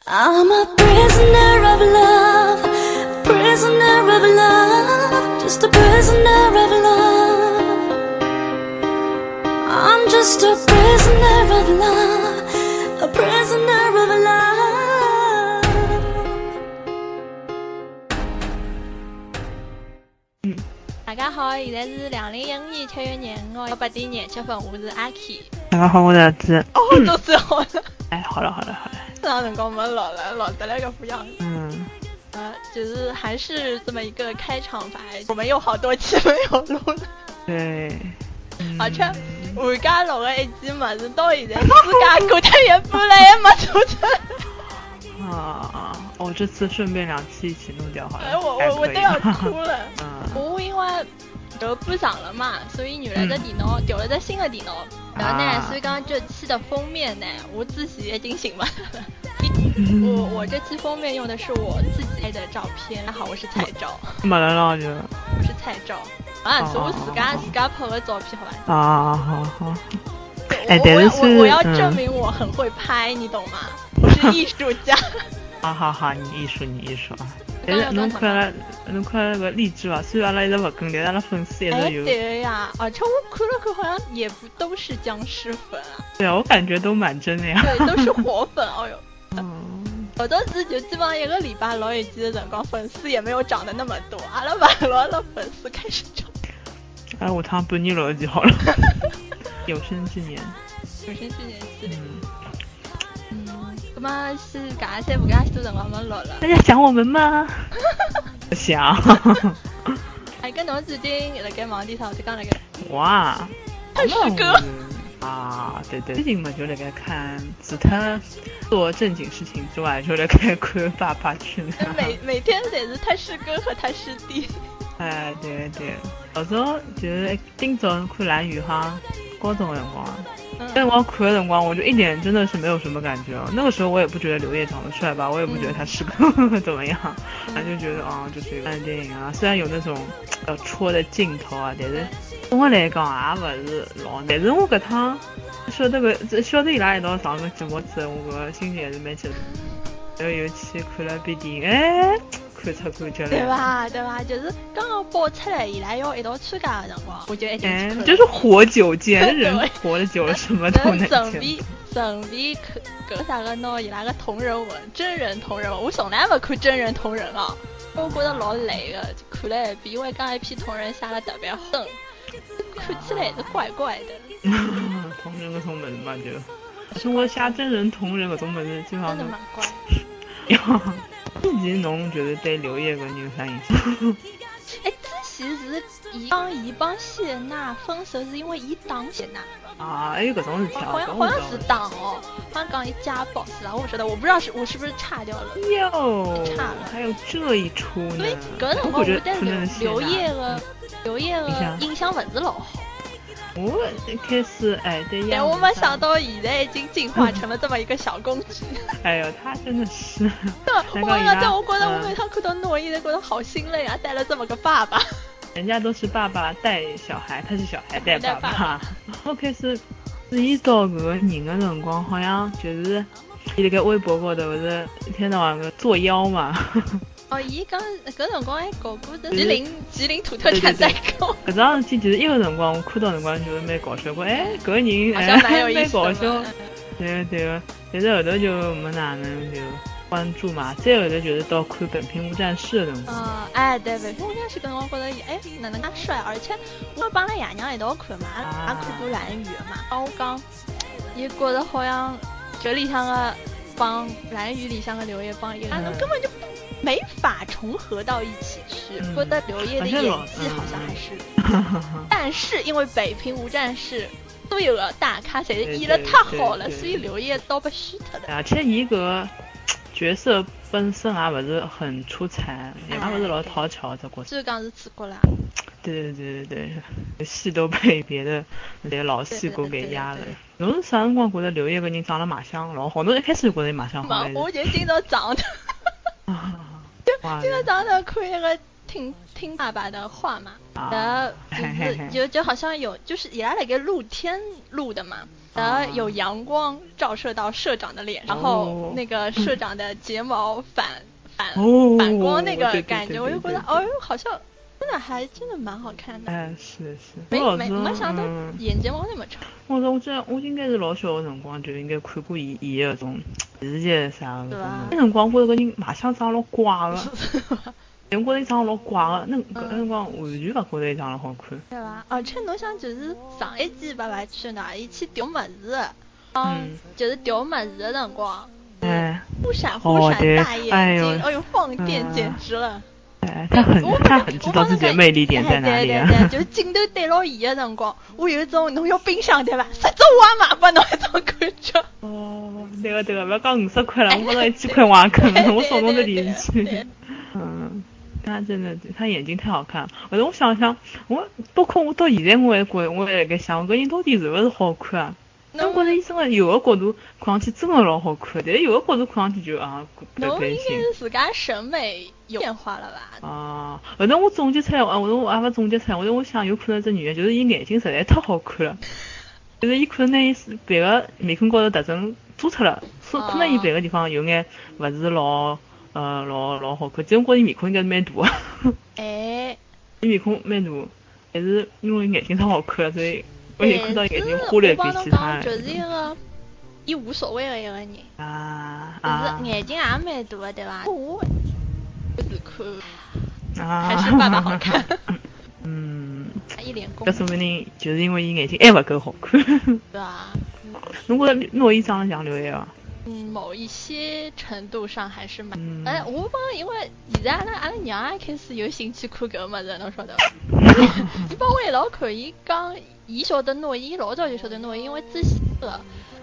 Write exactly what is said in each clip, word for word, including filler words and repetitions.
I'm a prisoner of love, prisoner of love, just a prisoner of love. I'm just a prisoner of love, a prisoner of love. 嗯，大家好，现在是两零一五年七月廿五号八点廿七分，我是阿 K。 大家好，我是阿志。 哦，都是好了。 哎，好了好了好了。 那辰光我们老了，老得了个副样子。 嗯。 呃，就是还是这么一个开场白，我们有好多期没有录了。 对。嗯、 而且我家录的一期么子到现在自家过得也不来也没做出来。 啊！我这次顺便两期一起弄掉好了。 哎，我我我都要哭了。 嗯。 我因为就补上了嘛，所以原来的电脑调了只新的电脑，然后呢， 啊、 所以讲这期的封面呢，我自己已经醒了。我我这期封面用的是我自己拍的照片。大家好，我是彩照。 没了了就。 我是彩照。啊，是我自家自家拍的照片，好吧？ 啊，好好。 哎，但是我我要证明我很会拍，嗯、你懂吗？我是艺术家。 好好好，你艺术，你艺术啊！但是侬看了，侬看那个荔枝啊，虽然阿拉一直不更，但是阿拉粉丝也是有。 哎，对呀，而且我看了看，好像也不都是僵尸粉啊。 对啊，我感觉都蛮真的呀。 对，都是活粉，哦哟。 嗯。 我当时就基本上一个礼拜老一集的辰光，粉丝也没有涨得那么多，阿拉晚了，阿拉粉丝开始涨。 哎，我趟半年老就好了。有生之年。 有生之年是。嗯。嗯，那么是嘎些不嘎些多辰光没录了。 大家想我们吗？想。 哎，跟侬最近辣盖网店上就讲那个。 哇。 看诗歌。 啊，对对，最近嘛就辣盖看，除他做正经事情之外，就辣盖看爸爸去了。 每每天侪是他师哥和他师弟。 哎，对对，老早就是今早看蓝雨哈，高中的辰光，那辰光看的辰光，我就一点真的是没有什么感觉哦。那个时候我也不觉得刘烨长得帅吧，我也不觉得他是个怎么样，他就觉得啊、哦，就是看电影啊，虽然有那种要戳的镜头啊，但是总的来讲也不是老。但是我搿趟晓得个晓得伊拉一道上个节目之后，我个心情还是蛮激动。然后尤其看了遍电影，哎。看出感觉了， 对吧？对吧？就是刚刚爆出来，伊拉要一道参加的辰光，我就一定去看。 就是活久见，人活得久，什么都能见。顺便顺便看搿啥个拿伊拉个同人文，真人同人文，我从来没看真人同人啊，我觉得老累的，就看了一遍，因为刚一批同人写的特别好，看起来也是怪怪的。 同人搿种物事嘛，就，但是我写真人同人搿种物事，基本上真的蛮怪。 之前侬就是对刘烨搿人有啥印象？ 哎，之前是伊帮伊帮谢娜分手，是因为伊打谢娜。 啊，还有搿种事体啊？ 好像好像是打哦，好像讲伊家暴是吧？我觉得我不知道是我是不是差掉了。 哟， 差了， 还有这一出呢。 所以搿辰光我对刘刘烨个刘烨个印象勿是老好。 我开始哎，对呀。 但我没想到现在已经进化成了这么一个小公举。 哎呦，他真的是。 我刚才我觉得我每趟看到诺伊，都觉得好心累啊，带了这么个爸爸。 人家都是爸爸带小孩，他是小孩带爸爸。我开始注意到搿个人的辰光，好像就是伊辣盖微博高头不是一天到晚个作妖嘛。 哦，伊讲搿辰光还搞过的吉林吉林土特产代购。 搿桩事体其实一个辰光我看到辰光就是蛮搞笑，过哎搿个人哎蛮搞笑，对对个，但是后头就没哪能就关注嘛，再后头就是到看《本片无战事》的辰光。 啊、呃，哎对，《本片无战事》搿辰光觉得哎哪能介帅，而且我帮了爷娘一道看嘛，也、啊、看过蓝雨嘛，帮我讲，伊觉得好像这里向个帮蓝雨里向个刘烨帮伊拉，侬、嗯、根本就不。没法重合到一起去，嗯、觉得刘烨的演技好像还是，嗯、但是因为北平无战事所有的大咖侪是演得太好了，所以刘烨倒不虚脱的。 而且伊个角色本身也不是很出彩，也不是老讨巧的角色。 就是讲是主角啦。 对对对对对，戏都被别的那些老戏骨给压了。侬是啥辰光觉得刘烨个人长得蛮像老好？侬一开始就觉得蛮像好。 我就今朝长的。 啊就今朝早上看一个听听爸爸的话嘛， 啊然后就嘿嘿嘿是就就好像有就是伊拉那个露天录的嘛，然后有阳光照射到社长的脸，然后那个社长的睫毛反反哦反光那个对对感觉， 对对我就觉得对对哦，好像真的还真的蛮好看的。 哎，是是， 没我老是没没想到嗯眼睫毛那么长。 我说我这我应该是老小的辰光就应该看过伊伊个种电视剧啥个，那辰光我觉着搿人卖相长老怪个，我觉着伊长老怪个，那搿辰光完全勿觉着伊长得好看。 对伐？而且侬想就是上一季爸爸去哪里去钓物事，嗯，就是钓物事的辰光， 哎， 忽闪忽闪大眼睛， 哎呦哎呦放电简直了。 哎，他很他很知道自己的魅力点在哪里啊！ 对对对，就是镜头对牢伊的辰光，我有一种侬要冰箱对伐？十只我也买拨侬一种感觉。 哦，对个对个，勿要讲五十块了，我觉着一千块挖坑，我送侬这电视剧。嗯，他真的，他眼睛太好看了。后头我想想，我包括我到现在我还觉，我还辣盖想，搿人到底是勿是好看啊？我觉着伊真个有个角度看上去真的老好看，但是有个角度看上去就啊不太开心。 侬应该是自家审美有变化了吧？ 啊，后头我总结出来，啊，后头我也勿总结出来，后头我想有可能这女的就是伊眼睛实在太好看了，就是伊可能拿伊别个面孔高头特征做出了，所可能伊别个地方有眼勿是老呃老老好看，其实我觉着伊面孔应该是蛮大的。 哎， 伊面孔蛮大，但是因为眼睛太好看了，所以。我也看到眼睛花了比其他人。 就是一个伊无所谓的一个人， 啊啊，就是眼睛也蛮大的，对吧？我就是看， 啊， 还是爸爸好看。 嗯， 一脸功。 搿说明就是因为伊眼睛还勿够好看。 对啊。 侬觉着诺伊长得像刘烨伐？ 嗯，某一些程度上还是蛮。 嗯、 哎，我帮因为现在阿拉阿拉娘也开始有兴趣看搿个物事，侬晓得伐？伊帮我一老看，伊讲伊晓得诺伊，老早就晓得诺伊，因为之前个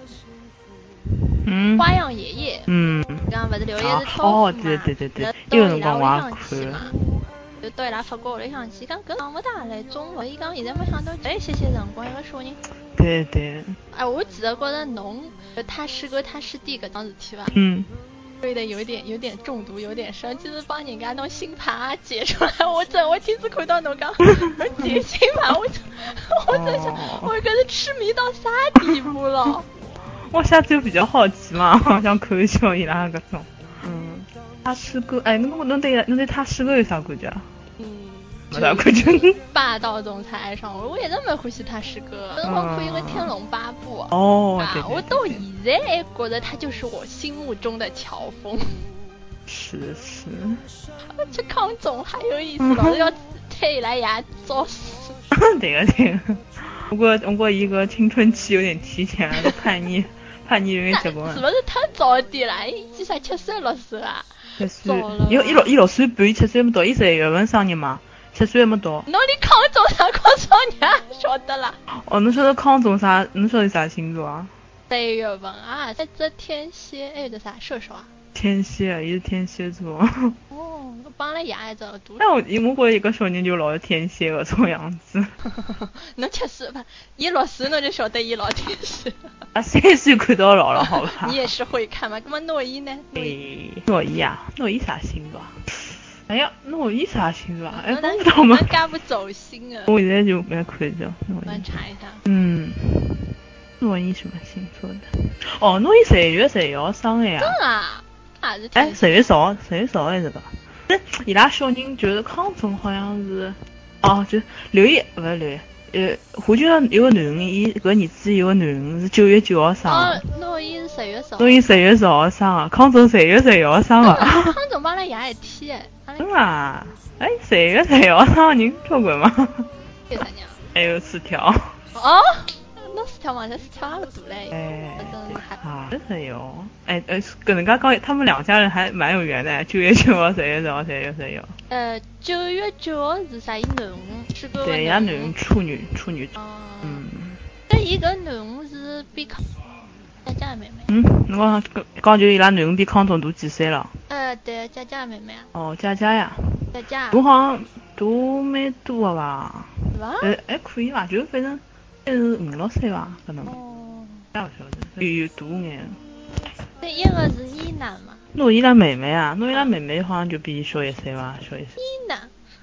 嗯花样爷爷， 嗯， 讲勿是刘烨是超哦，对对对对，有辰光我也看。 就到伊拉法国屋里向去，讲搿讲勿大来中学，伊讲现在没想到再歇歇辰光一个小人。 对对。 哎，我记得觉得侬就他师哥他师弟搿桩事体伐？ 嗯。 对的，有点有点中毒，有点深，就是帮人家弄星盘啊解出来。我真我第一次看到侬讲解星盘，我我真想，我搿是痴迷到啥地步了？ 我下次就比较好奇嘛，想看一下伊拉搿种。嗯。他师哥，哎，侬侬对侬对他师哥有啥感觉啊？ 嗯， 没啥感觉。 霸道总裁爱上我，我一直蛮欢喜他师哥。辰光看一个《天龙八部》 哦， 啊，我到现在还觉得他就是我心目中的乔峰。 是是。 这康总还有意思，老是要推伊拉爷找死。 对个对个，不过不过一个青春期有点提前了，叛逆叛逆有点结棍。 是不是太早点了？伊几岁？七岁六岁啊？ 七岁。伊伊六伊六岁半，伊七岁还没到，伊十一月份生日嘛，七岁还没到。 侬连康总啥光少年晓得啦？ 哦，侬晓得康总啥？侬晓得啥星座啊？ 十一月份啊，在这天蝎，还有个啥射手啊？ 天蝎，伊是天蝎座。 哦，我帮了爷一只读。 但我我觉着一个小人就老是天蝎个种样子。 侬七岁吧，伊六岁侬就晓得伊老天蝎。 啊，三岁看到老了，好吧？ 你也是会看嘛？那么诺伊呢？ 诶，诺伊啊，诺伊啥星座？哎呀，诺伊啥星座？哎，不知道吗？ 干不走心啊！ 我现在就没看着。 我们查一下。 嗯。诺伊什么星座的？哦，诺伊十一月十一号生的呀。 真啊？啊是。 哎，十月十号，十月十号还是吧？但伊拉小人就是康总好像是，哦，就刘烨不是刘烨，呃，华剧上有个囡恩，伊搿儿子有个囡恩是九月九号生的。 哦，诺伊是十月十号。 诺伊十月十号生的，康总十月十一号生的。 康总帮阿拉爷一天哎。 真啊？哎，十月十一号生的人交关吗？ 有啥人？ 还有四条。 哦。那四条嘛，这四条还不大嘞， 哎， 啊， 真是哟，哎呃，跟人家讲，他们两家人还蛮有缘的，九月九号、十月十号、十月十一号。 呃，九月九号是啥？伊囡恩是个。 对，伊拉囡恩处女，处女。 哦。 嗯。 但伊个囡恩是比康佳佳的妹妹。 嗯，侬讲讲就伊拉囡恩比康总大几岁了？ 呃，对，佳佳的妹妹啊。 哦，佳佳呀。 佳佳。 我好像大蛮多的吧？ 是吧？ 呃，还可以吧，就反正。是五六岁吧，可能。 哦。 也不晓得，有有大眼。 对，一个是伊娜嘛。 诺伊拉妹妹啊，诺伊拉妹妹好像就比伊小一岁吧，小一岁。 伊娜，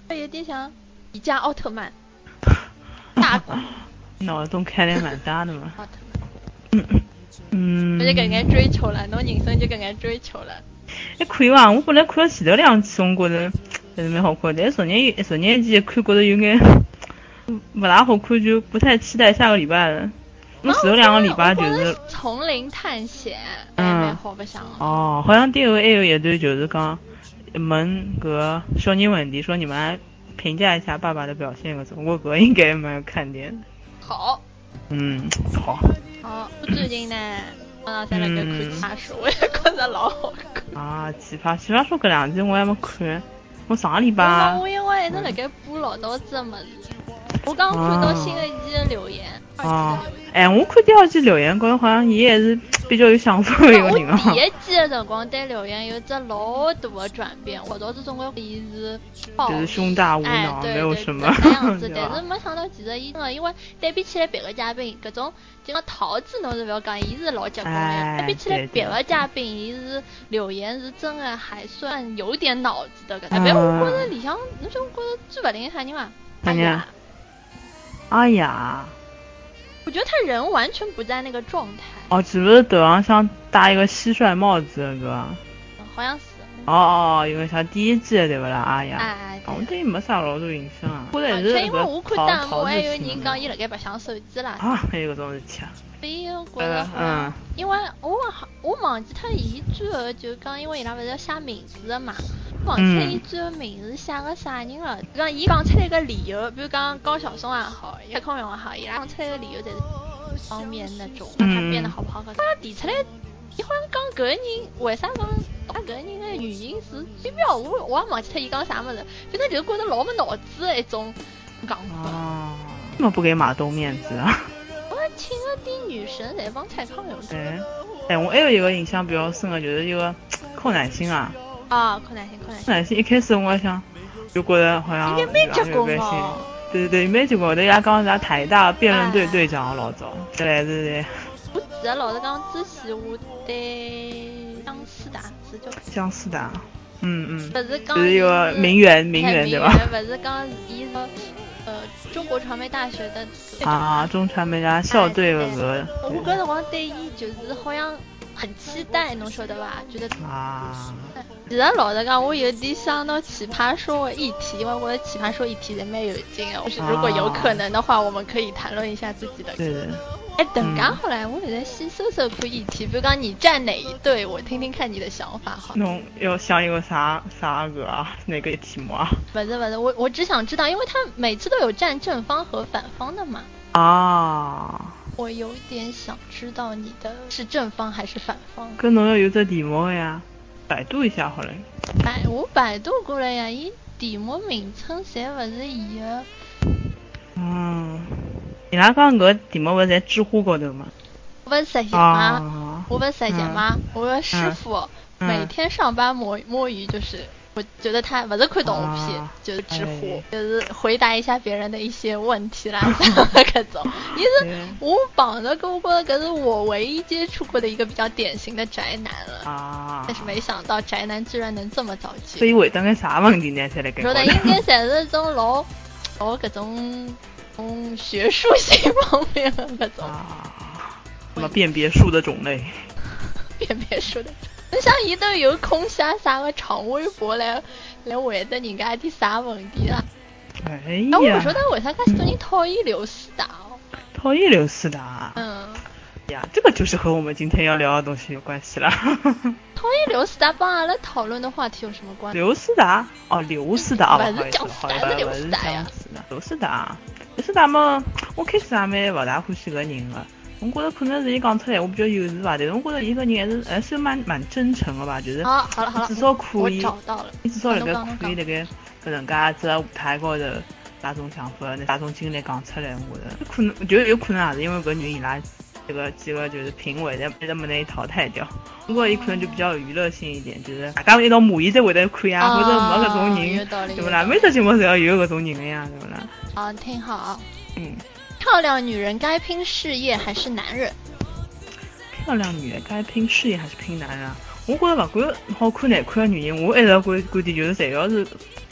有点像一架奥特曼，大股脑洞开得蛮大的嘛。 奥特曼， 嗯嗯， 我就搿眼追求了，侬人生就搿眼追求了。 还可以伐？我本来看了前头两期，我觉着还是蛮好看，但是昨年昨年一集看觉着有眼不大好看，就不太期待下个礼拜了。我前头两个礼拜就是丛林探险，还蛮好白相的。 哦，好像最后还有一段就是讲问搿小人问题，说你们来评价一下爸爸的表现搿种，我搿应该蛮有看点的。 好， 嗯，好。 好，我最近呢，我那在那个看奇葩说，我也觉着老好看。 啊，奇葩奇葩说搿两集我还没看，我上个礼拜。 我因为一直辣盖补老早子的物事，我刚看到新的一季的留言。 哦，哎，我看第二季留言，觉着好像伊还是比较有想法的一个人啊。 我第一季的辰光对留言有只老大的转变，我导致总归伊是就是胸大无脑，没有什么这样子。但是没想到其实伊因为对比起来别个嘉宾，搿种就讲桃子侬是勿要讲，伊是老结棍的。对比起来别个嘉宾，伊是留言是真的还算有点脑子的。搿但我觉着里向，侬就觉着最勿灵啥人嘛？ 啥人？哎呀！ 我觉得他人完全不在那个状态。 哦，是不是头上像戴一个蟋蟀帽子那个？ 嗯，好像是。 哦哦，因为像第一季对不啦？哎呀， 哎， 我对伊没啥老多印象啊。或者是因为我看弹幕还有人讲伊辣盖白相手机啦。 啊，还有搿种事体啊。 所以我觉得，嗯，因为我我忘记他一句了，就讲因为伊拉勿是要写名字的嘛。忘记一句名字写个啥人了？就讲伊讲出来个理由，比如讲高晓松也好，叶康永也好，伊拉讲出来个理由侪是方面那种，让他变得好不好看。他提出来，伊好像讲搿个人为啥讲他搿个人的原因是最妙，我我也忘记他伊讲啥物事，就他就觉得老没脑子的一种讲法。 哦，怎么不给马东面子啊？ 我亲爱的女神侪帮蔡康永。 哎，哎，我还有一个印象比较深的，就是一个寇乃馨啊。 啊，寇乃馨，寇乃馨。 寇乃馨一开始我想，就觉得好像应该蛮结棍哦。 对对对，蛮结棍的。伊拉讲啥台大辩论队队长老早，这来是的。 我记得老是讲之前我对江思达是叫江思达，嗯嗯。 不是讲就是一个名媛，名媛对吧？ 不是讲伊是呃中国传媒大学的啊，中传媒大校队那个。 我搿辰光对伊就是好像。很期待，侬晓得吧？觉得啊， 其实老实讲，我有点想到奇葩说议题，因为我的奇葩说议题人蛮有劲的。就是如果有可能的话，我们可以谈论一下自己的。 对的。 哎，等刚后来我也在细搜搜看议题，比如讲你站哪一队，我听听看你的想法哈。 侬要想一个啥啥个啊？哪个题目啊？ 不是不是，我我只想知道，因为他每次都有站正方和反方的嘛。 啊。 我有点想知道你的是正方还是反方。 跟侬要有这题目呀，百度一下好了。 百我百度过来呀，伊题目名称侪勿是伊个。 嗯，伊拉讲搿题目勿是在知乎高头吗？ 我不是实习吗？我不是实习吗？我的师傅每天上班摸摸鱼就是。我觉得他不是看动画片，就是知乎，就是回答一下别人的一些问题啦，各种。也是我绑着跟我觉得，可是我唯一接触过的一个比较典型的宅男了。啊！但是没想到宅男居然能这么早接。 所以回答眼啥问题呢？才来跟说的应该侪是种老老各种种学术性方面的各种。 啊！什么辨别数的种类？ 辨别数的。你像伊都有空写啥个长微博来来回答人家的啥问题啦？ 哎呀！ 我不晓得为啥介许多人讨厌刘思达哦。 讨厌刘思达？ 嗯。 呀，这个就是和我们今天要聊的东西有关系了。 讨厌刘思达帮阿拉讨论的话题有什么关系？ 刘思达？哦，刘思达， 不是姜思达，是刘思达呀。 刘思达，刘思达嘛，我开始也蛮勿大欢喜搿人个。我觉得可能是伊讲出来我比较幼稚吧，但是我觉得伊个人还是还是蛮蛮真诚的吧，就是好好了好了， 至少可以， 找到了， 你至少辣盖可以辣盖搿能介只舞台高头，哪种想法、哪种经历讲出来，我觉得可能，我觉得有可能也是因为搿女伊拉这个几个就是评委在一直没拿伊淘汰掉，不过伊可能就比较有娱乐性一点，就是大家一道骂伊才会得看呀，或者没搿种人，对不啦？每只节目侪要有搿种人的呀，对不啦？ 好，听好， 嗯。 漂亮女人该拼事业还是男人？ 漂亮女人该拼事业还是拼男人啊？我觉得勿管好看难看的女人，我一直观观点就是，只要是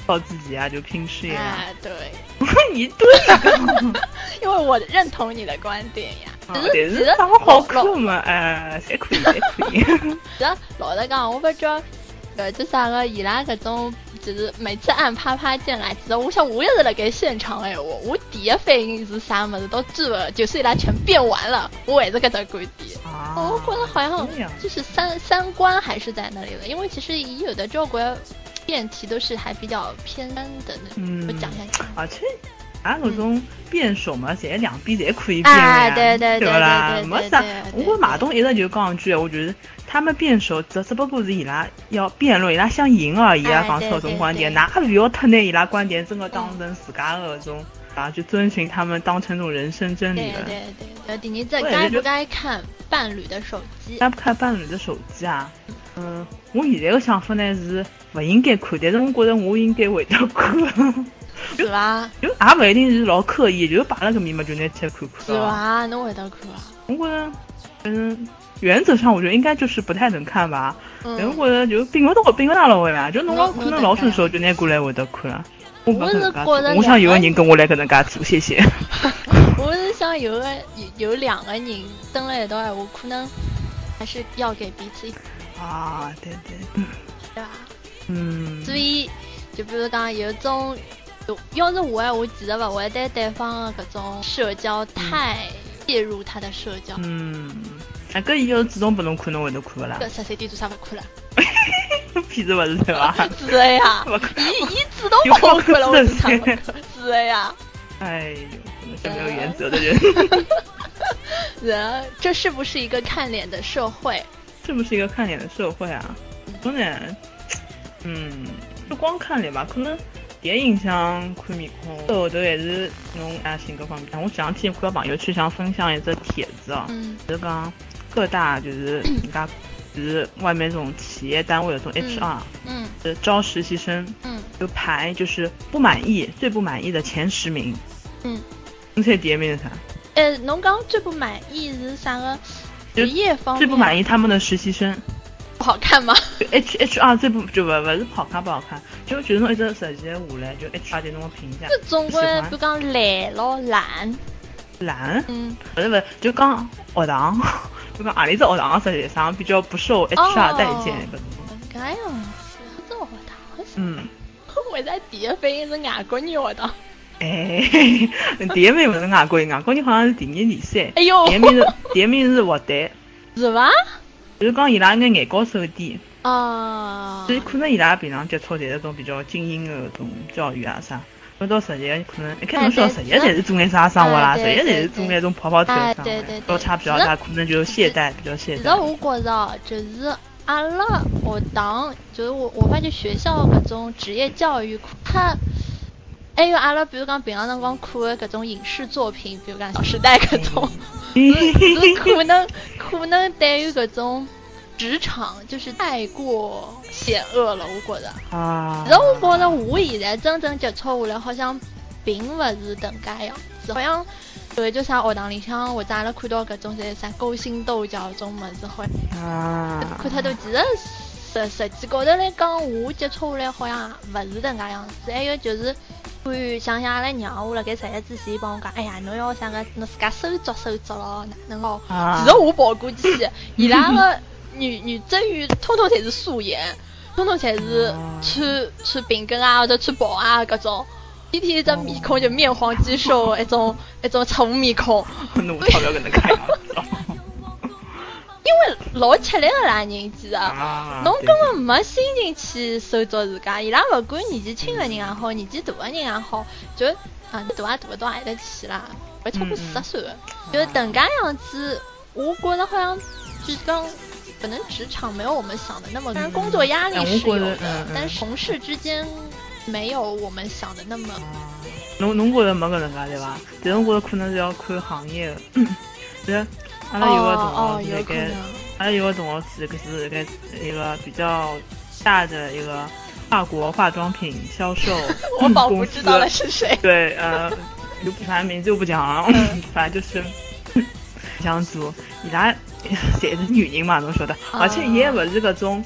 靠自己啊，就拼事业啊。 哎，对， 一对因为我认同你的观点呀。 但是长得好看嘛，哎，侪可以，侪可以。 其实老实讲，我发觉，呃，就啥个伊拉搿种，就是每次按啪啪键来，其实我想我也是辣盖现场哎，我我第一反应是啥么子？到最后就是伊拉全变完了，我也是搿只观点。 啊， 我觉得好像就是三三观还是在那里的，因为其实有的交关辩题都是还比较偏的那种，我讲一下。 而且。啊，那种辩手嘛，侪两边侪可以辩呀， 对对对啦，没啥。我觉马东一直就讲一句，我觉得他们辩手只只不过是伊拉要辩论，伊拉想赢而已啊，讲出搿种观点，哪不要太拿伊拉观点真的当成自家的搿种啊，就遵循他们当成这种人生真理了。 对对对，第二个该不该看伴侣的手机？ 该不看伴侣的手机啊？嗯，我现在的想法呢是不应该看，但是我觉得我应该会得看。 是吧？ 就也不一定是老刻意，就是摆了个面嘛，就拿起来看看。 是吧？侬会得看啊？ 我觉得，嗯，原则上我觉得应该就是不太能看吧。嗯。但我觉得就并不到并不大老会啦，就侬老可能老顺手就拿过来会得看了。 我是觉得， 我想有个人跟我来搿能介做，谢谢。 我是想有个有有两个人蹲了一道闲话，可能还是要给彼此。 啊，对对。嗯。 对吧？ 嗯。 所以，就比如讲有种。要是我，我其实不会对对方的搿种社交太介入他的社交。 嗯，那搿伊要主动拨侬看，侬会得看勿啦？ 搿十三点做啥勿看了？ 屁事勿是对伐？ 是的呀，伊伊主动拨我看了，我就啥不看？是的呀。 哎呦，真的是没有原则的人。 人，这是不是一个看脸的社会？ 是不是一个看脸的社会啊？可能，嗯，不光看脸吧，可能。电影像看面孔，后头还是侬啊性格方面。我前两天看到朋友圈想分享一只帖子哦， 嗯、 就是讲各大就是人家就是外面这种企业单位有这种 H R， 嗯， 嗯招实习生， 嗯， 就排就是不满意最不满意的前十名， 嗯， 你猜第一名是啥？ 呃，侬讲最不满意是啥个职业方面？ 最不满意他们的实习生。 不好看吗 ？H H R 最不就不不是好看不好看，就觉得侬一直实习下来，就 H R 对侬个评价。 这总归比如讲懒咯懒。 懒？ 嗯， 不是不是，就讲学堂，就讲何里只学堂个实习生比较不受 H R 待见搿种。 搿样子，这学堂。 嗯。 我在第一反应是外国人学堂。 哎，第一名不是外国人，外国人好像是第二、第三。 哎呦， 第一名是第一名是复旦。 是伐？ 就是讲伊拉应该眼高手低啊， 所以可能伊拉平常接触侪是种比较精英的搿种教育啊啥，到到实习可能一开始说实习侪是做眼啥生活啦，实习侪是做眼种跑跑腿的生活，落差比较大，可能就懈怠，比较懈怠。 其实我觉着就是阿拉学堂，就是我我发觉学校搿种职业教育，它还有阿拉比如讲平常辰光看的搿种影视作品，比如讲《小时代》搿种。是是可能可能对于搿种职场就是太过险恶了，我觉得。 啊。 然后我觉得我现在真正接触下来，好像并不是等介样子，好像对就啥学堂里向或者阿拉看到搿种啥勾心斗角搿种物事，好像啊， 看太多。其实实实际高头来讲，我接触下来好像勿是等介样子。还有就是。看想想阿拉娘，我辣盖实习之前帮我讲，哎呀，侬要啥个，侬自家收作收作咯，哪能哦？其实我跑过去，伊拉个女女职员通通侪是素颜，通通侪是穿穿平跟啊或者穿薄啊搿种，天天一只面孔就面黄肌瘦，一种一种臭面孔。 侬钞票搿能介样子。 因为老吃力个啦，人其实，侬根本没心情去收作自家。伊拉勿管年纪轻个人也好，年纪大个人也好，就啊，大也大勿到何里搭去啦，勿超过四十岁个，就是等介样子。我觉得好像就是讲，可能职场没有我们想的那么，当然工作压力是有的，但是同事之间没有我们想的那么。 侬侬觉得没搿能介对伐？但是我觉得可能是要看行业的，是。阿拉有个同学是那个，阿拉有个同学是是那个一个比较大的一个法国化妆品销售我仿佛知道了是谁。 对，呃，就反正名字就不讲了，反正就是这样子。伊拉侪是女人嘛，侬晓得，而且伊也勿是搿种，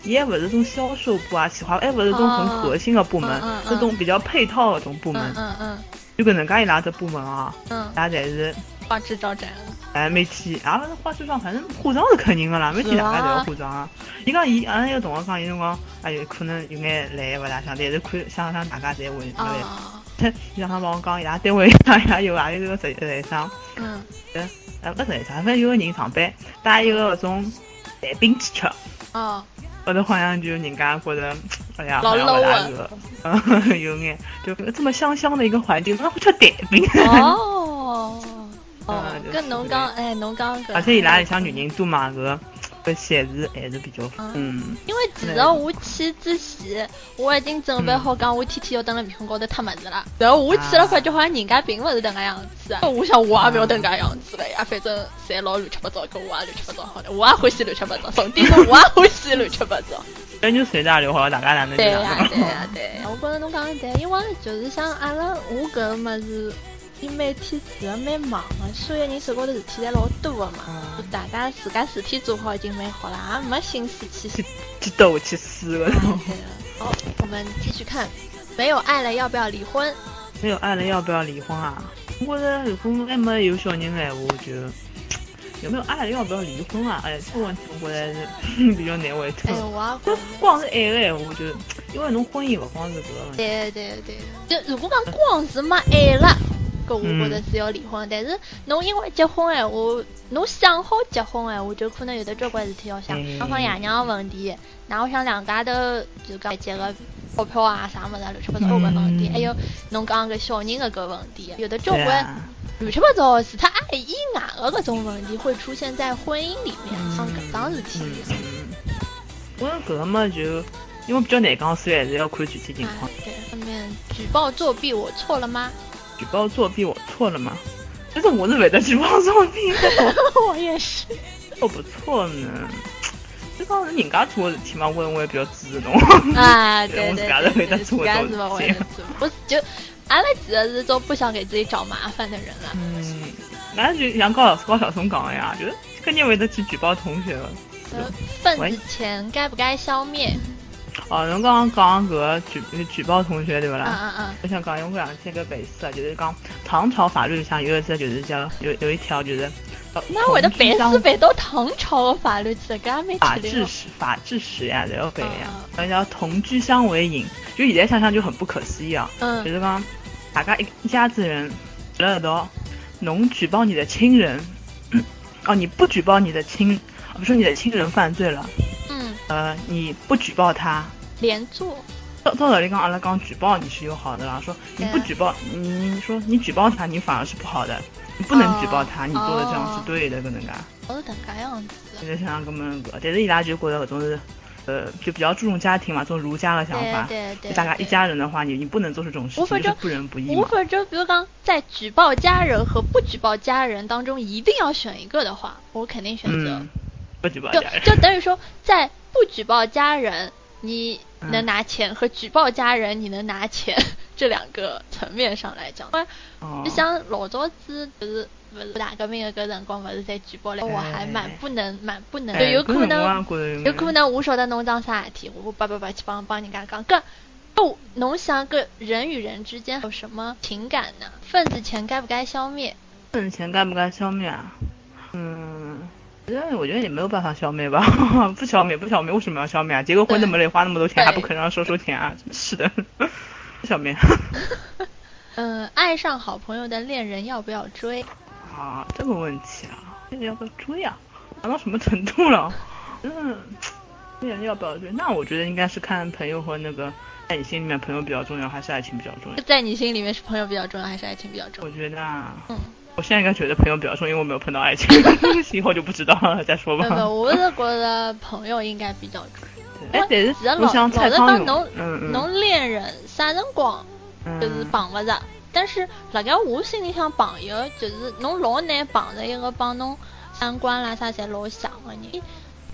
伊还勿是种销售部啊，企划还勿是种很核心的部门，这种比较配套的种部门。 嗯嗯。 就搿能介伊拉只部门啊， 嗯， 伊拉侪是花枝招展。 哎，每天啊，花枝招展，反正化妆是肯定的啦，每天大家都要化妆啊。伊讲伊，阿拉一个同学讲，伊辰光哎有可能有眼累勿大想，但是看想想大家侪会来。他伊常常帮我讲，伊拉单位上伊拉有啊有个实实习生，嗯，呃，呃不实习生，反正有个人上班带一个搿种蛋饼去吃。 哦。 后头好像就人家觉得，哎呀， 老 low 啊，嗯，有眼就这么香香的一个环境，那会吃蛋饼。 哦，哦，跟侬讲，哎，侬讲搿。 而且伊拉里向女人多嘛，搿搿显示还是比较，嗯。 因为其实我去之前，我已经准备好讲，我天天要蹲辣面孔高头脱物事了。然后我去了，发觉好像人家并勿是迭个样子。我想我也勿要迭个样子了呀，反正侪老乱七八糟，跟我也乱七八糟好的，我也欢喜乱七八糟，重点是我也欢喜乱七八糟。 那就随大流好了，大家哪能对呀对呀对。我觉着侬讲的对，因为就是像阿拉我搿个物事，伊每天是蛮忙的，所有人手高头事体侪老多的嘛。嗯、大家自家事体做好已经蛮好了，也没心思去去斗去撕了。 好，我们继续看，没有爱了要不要离婚？ 没有爱了要不要离婚啊？我觉着如果还没有小人的闲话，就有没有爱了要不要离婚啊？哎，这个问题我觉着是比较难回答。 哎呦，我就光是爱的闲话，我就因为侬婚姻勿光是搿个问题。 对对对，就如果讲光是没爱了，搿我觉着是要离婚。嗯、但是侬因为结婚闲话，侬想好结婚闲话，就可能有的交关事体要想，双方爷娘的问题，然后想两家头就讲结个钞票啊啥物事乱七八糟个问题，还有侬讲个小人的搿问题，有的交关。乱七八糟是他爱以外的各种问题会出现在婚姻里面，像搿桩事体。 我搿个嘛就因为比较难讲，所以还是要看具体情况。 对，后面举报作弊，我错了吗？ 举报作弊，我错了吗？但是我是会得举报作弊的。 我也是。 我不错呢。这讲是人家做的事体嘛，我我也比较支持侬。 啊，对对对， 我自家是会得做的事情。我就。阿拉其实是种不想给自己找麻烦的人了。 嗯，那就像高老师高晓松讲的呀，就是肯定会得去举报同学了。 份子钱该不该消灭？ 哦，侬刚刚讲搿个举举报同学对不啦？ 嗯嗯嗯。 我想讲，因为我两天个背诗啊，就是讲唐朝法律里向有一只就是叫有有一条就是。 那我的背诗背到唐朝的法律去，搿也没法治史法治史呀，侪要背呀。那叫同居相为瘾，就现在想想就很不可思议啊。嗯。就是讲。大家一一家子人住了一道，侬举报你的亲人，哦，你不举报你的亲，不是你的亲人犯罪了，嗯，呃，你不举报他， 连坐。 照照道理讲，阿拉讲举报你是有好的啦，说你不举报，你你说你举报他，你反而是不好的，你不能举报他，哦、你做的这样是对的，搿能介。 哦，搿个样子。 就是像搿么个，但是伊拉就觉得搿种是。呃，就比较注重家庭嘛，这种儒家的想法。 对对对。 大家一家人的话，你你不能做这种事情，就是不仁不义嘛。 无非就比如讲，在举报家人和不举报家人当中，一定要选一个的话，我肯定选择、 嗯、不举报家人。 就就等于说，在不举报家人，你能拿钱、嗯、和举报家人你能拿钱这两个层面上来讲，因为就像老早子就是不是大革命的搿辰光，勿是在举报来，我还蛮不能蛮不能，就有可能有可能我晓得侬桩啥事体，我叭叭叭去帮帮人家讲，搿哦，侬想个人与人之间有什么情感呢？份子钱该不该消灭？ 份子钱该不该消灭啊？嗯。我觉得也没有办法消灭吧，不消灭不消灭，为什么要消灭啊？结个婚那么累，花那么多钱还不肯让收收钱啊？真是的，不消灭。 嗯、呃，爱上好朋友的恋人要不要追？ 啊，这个问题啊，恋人要不要追啊？谈到什么程度了？嗯，恋人要不要追？那我觉得应该是看朋友和那个，在你心里面朋友比较重要，还是爱情比较重要？ 在你心里面是朋友比较重要，还是爱情比较重要？ 我觉得啊，嗯。我现在应该觉得朋友比较重要，因为我没有碰到爱情，以后就不知道了，再说吧。 没有，我是觉得朋友应该比较重要。哎，但是老像蔡康永， 侬侬恋人啥辰光就是碰勿着，但是辣盖我心里向朋友就是侬老难碰着一个帮侬三观啦啥侪老像的人。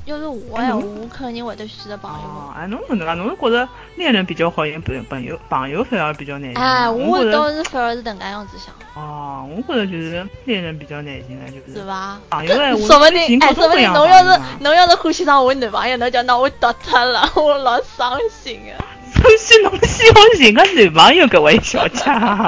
要是我呀，我肯定会得选择朋友。 哎，侬搿能介，侬是觉着恋人比较好，朋朋友朋友反而比较难？ 哎，我倒是反而是迭个样子想。 哦，我觉着就是恋人比较难寻的，就是。 是吧？ 朋友哎， 说不定哎，说不定侬要是侬要是欢喜上我男朋友，侬就拿我丢脱了，我老伤心啊。 首先侬希望寻个男朋友，各位小姐。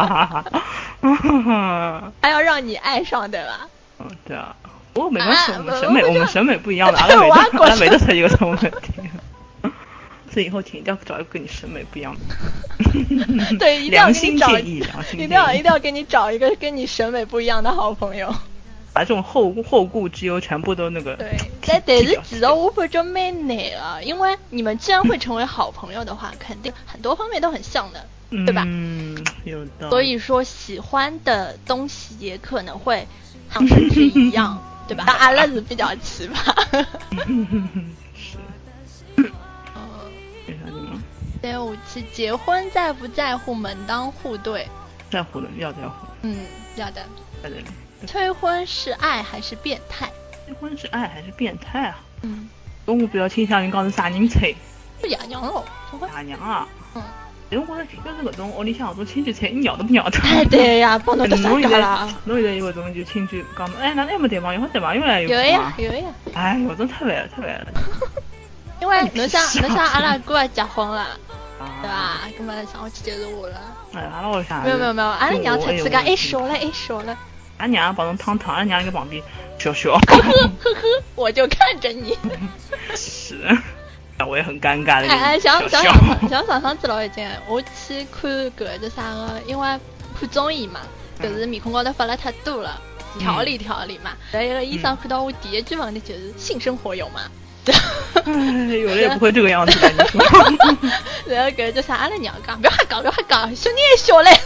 还要让你爱上，对吧？ 嗯，对啊。我没关系，我们审美我们审美不一样的，阿拉没得阿拉没得出一个什么问题。所以以后请一定要找一个跟你审美不一样的。 对，一定要良心建议，良心建议， 一定要一定要给你找一个跟你审美不一样的好朋友。 把这种后后顾之忧全部都那个。 对，但但是其实我感觉蛮难啊，因为你们既然会成为好朋友的话，肯定很多方面都很像的，对吧？ 嗯，有的。 所以说喜欢的东西也可能会甚至一样，对吧？但阿拉是比较奇葩。 是。 呃，对，我去结婚在不在乎门当户对？ 在乎的，要在乎。 嗯，要的。 在的。 催婚是爱还是变态？ 催婚是爱还是变态啊？ 嗯， 我比较倾向于讲是啥人催。 是爷娘喽。 爷娘啊。 嗯。 但我觉着就是搿种屋里向搿种亲戚催，你鸟都不鸟他。 哎，对呀，帮侬得啥干啦？ 侬现在有搿种就亲戚讲，哎，哪能还没谈朋友？我谈朋友了有。 有呀，有呀。 哎呦，真太烦了，太烦了。 因为侬想，侬想阿拉哥结婚了，对吧？搿么想我去接受我了。 哎，阿拉屋里向。 没有没有没有，阿拉娘才自家还小了，还小了。 俺娘帮侬烫烫，俺娘在旁边笑笑。 呵呵呵呵，我就看着你。 是，我也很尴尬的。 哎哎，想想想想上上次老已经，我去看搿个啥个，因为看中医嘛，就是面孔高头发了太多了，调理调理嘛。然后一个医生看到我第一句问题就是性生活有吗？ 有的也不会这个样子的，你说。 然后搿就啥阿拉娘讲，不要瞎讲，不要瞎讲，小人还小嘞。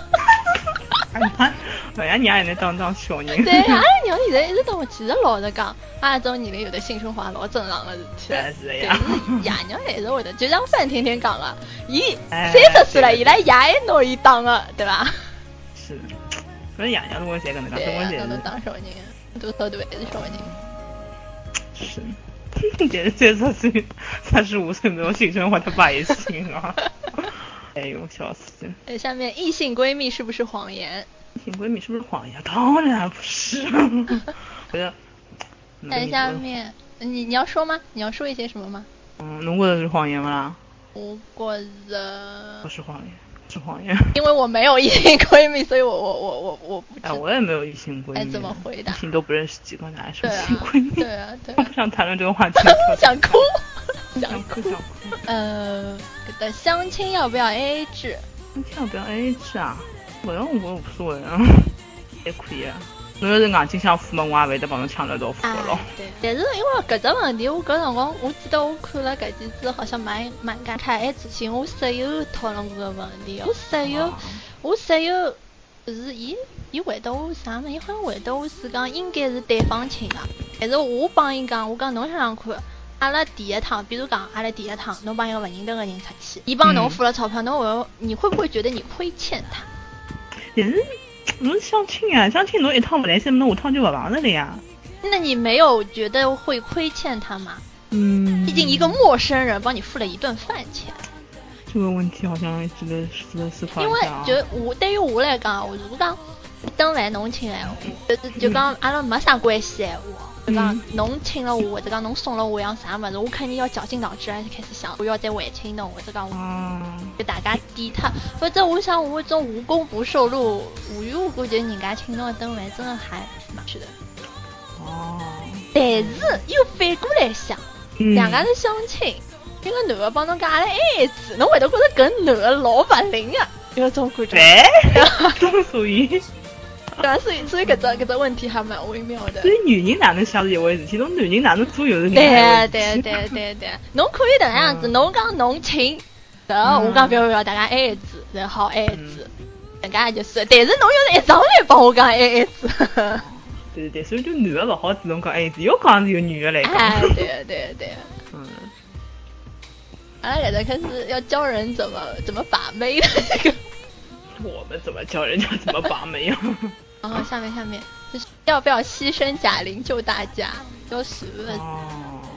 人家娘也能当当小人。 对，阿拉娘现在一直跟我其实老实讲，阿拉这种年龄有的性生活老正常的事体。 是的呀。 爷娘还是会的，就像范甜甜讲了，伊三十岁了，伊拉爷还拿伊当个，对吧？ 是。反正爷娘都会侪搿能介，都会侪。 都当小人，多少都还是小人。 是。简直三十岁、三十五岁没有性生活的百姓啊！哎呦，笑死！ 哎，下面异性闺蜜是不是谎言？ 异性闺蜜是不是谎言？当然不是。我觉得。 哎，下面你你要说吗？你要说一些什么吗？ 嗯，侬觉得是谎言吗啦？ 我觉得不是谎言，是谎言。 因为我没有异性闺蜜，所以我我我我我不知道。 哎，我也没有异性闺蜜。 哎，怎么回答？ 异性都不认识几个，哪还是异性闺蜜？ 对啊，对啊。 我不想谈论这个话题。 想哭， 想哭，想哭。 呃，的相亲要不要 A A 制？ 相亲要不要 A A 制啊？我要我无所谓啊，也可以啊。侬要是硬劲想付嘛，我也会得帮侬抢得到付的咯。 对，但是因为搿只问题，我搿辰光我记得我看了搿几次，好像蛮蛮感慨。哎，之前我室友讨论过个问题，我室友，我室友就是伊，伊回答我啥嘛？伊好像回答我是讲应该是对方请啊，但是我帮伊讲，我讲侬想想看，阿拉第一趟，比如讲阿拉第一趟，侬帮一个勿认得个人出去，伊帮侬付了钞票，侬会你会不会觉得你亏欠他？ 也是。侬相亲啊，相亲侬一趟不来塞，侬下趟就不碰着了呀。 那你没有觉得会亏欠他吗？ 嗯， 毕竟一个陌生人帮你付了一顿饭钱。 这个问题好像值得值得思考一下。 因为就我对于我来讲，我如果讲等来侬请来，就是就讲阿拉没啥关系闲话，就讲侬请了我，或者讲侬送了我样啥物事，我肯定要绞尽脑汁，还是开始想我要再还清侬，或者讲就大家抵他。否则我想我这种无功不受禄，无缘无故就人家请侬的等来，真的还蛮是的。 哦。 但是又反过来想，两家是相亲。一个男的帮侬讲阿拉 A A 制，侬会得觉得搿男的老勿灵啊，有种感觉。 哎，这属于。 对，所以所以搿只搿只问题还蛮微妙的。 所以女人哪能想是一回事体，侬男人哪能做又是另一回事体。对对对对，侬可以迭样子，侬讲侬请，然后我讲不要不要，大家 A A 制，然后 A A 制，人家就是。但是侬要是一上来帮我讲 A A 制。 对对对，所以就男的勿好主动讲 A A 制，要讲是由女的来讲。 哎，对对对。 嗯。 阿拉现在开始要教人怎么怎么把妹的这个。 我们怎么教人家怎么把妹啊？ 然后下面下面就是要不要牺牲贾玲救大家？要十问。 哦。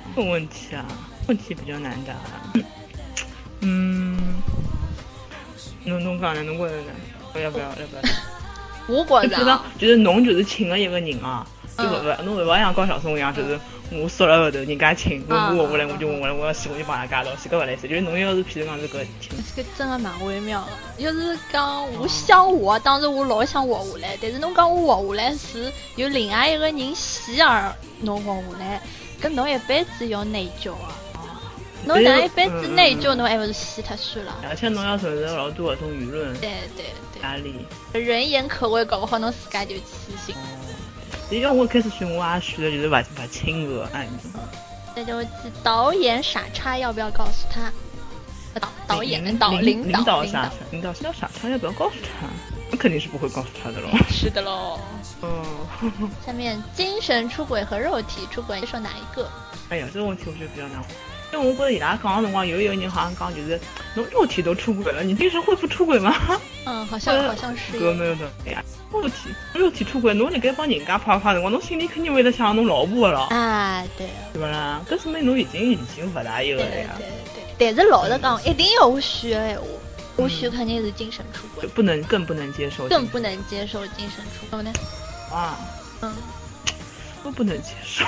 这个问题啊，问题比较难答。嗯，侬侬讲呢？侬觉得呢？我要不要？要不要？ 我觉得，就是就是侬就是请了一个人啊，就勿勿侬勿勿像高晓松一样，就是我缩了后头，人家请，我我下来我就问下来，我要洗我就帮他加到，洗搿勿来塞。就是侬要是譬如讲是搿请， 这个真的蛮微妙的。要是讲我想活，当时我老想活下来，但是侬讲我活下来是有另外一个人死而侬活下来，搿侬一辈子要内疚啊！侬这样一辈子内疚，侬还不是死脱算了？ 而且侬要承受老多搿种舆论， 对对对， 压力， 人言可畏，搞不好侬自家就死心。 因为我开始选，我也选的就是勿勿亲个案子。 那就导演傻叉要不要告诉他？导导演导领领导傻叉， 领导领导傻叉要不要告诉他？我肯定是不会告诉他的喽。 是的喽。 嗯。 下面精神出轨和肉体出轨，接受哪一个？ 哎呀，这个问题我觉得比较难。因为我觉得伊拉讲的辰光，有一个人好像讲就是，侬肉体都出轨了，你精神会不出轨吗？ 嗯，好像好像是。 搿没有的，哎呀，肉体肉体出轨，侬辣盖帮人家啪啪辰光，侬心里肯定会得想侬老婆了。 啊，对。 对不啦？搿说明侬已经已经勿大有了呀。 对对对。但是老实讲，一定要我选的闲话，我选肯定是精神出轨。 不能，更不能接受。 更不能接受精神出轨呢？ 啊。嗯。都不能接受。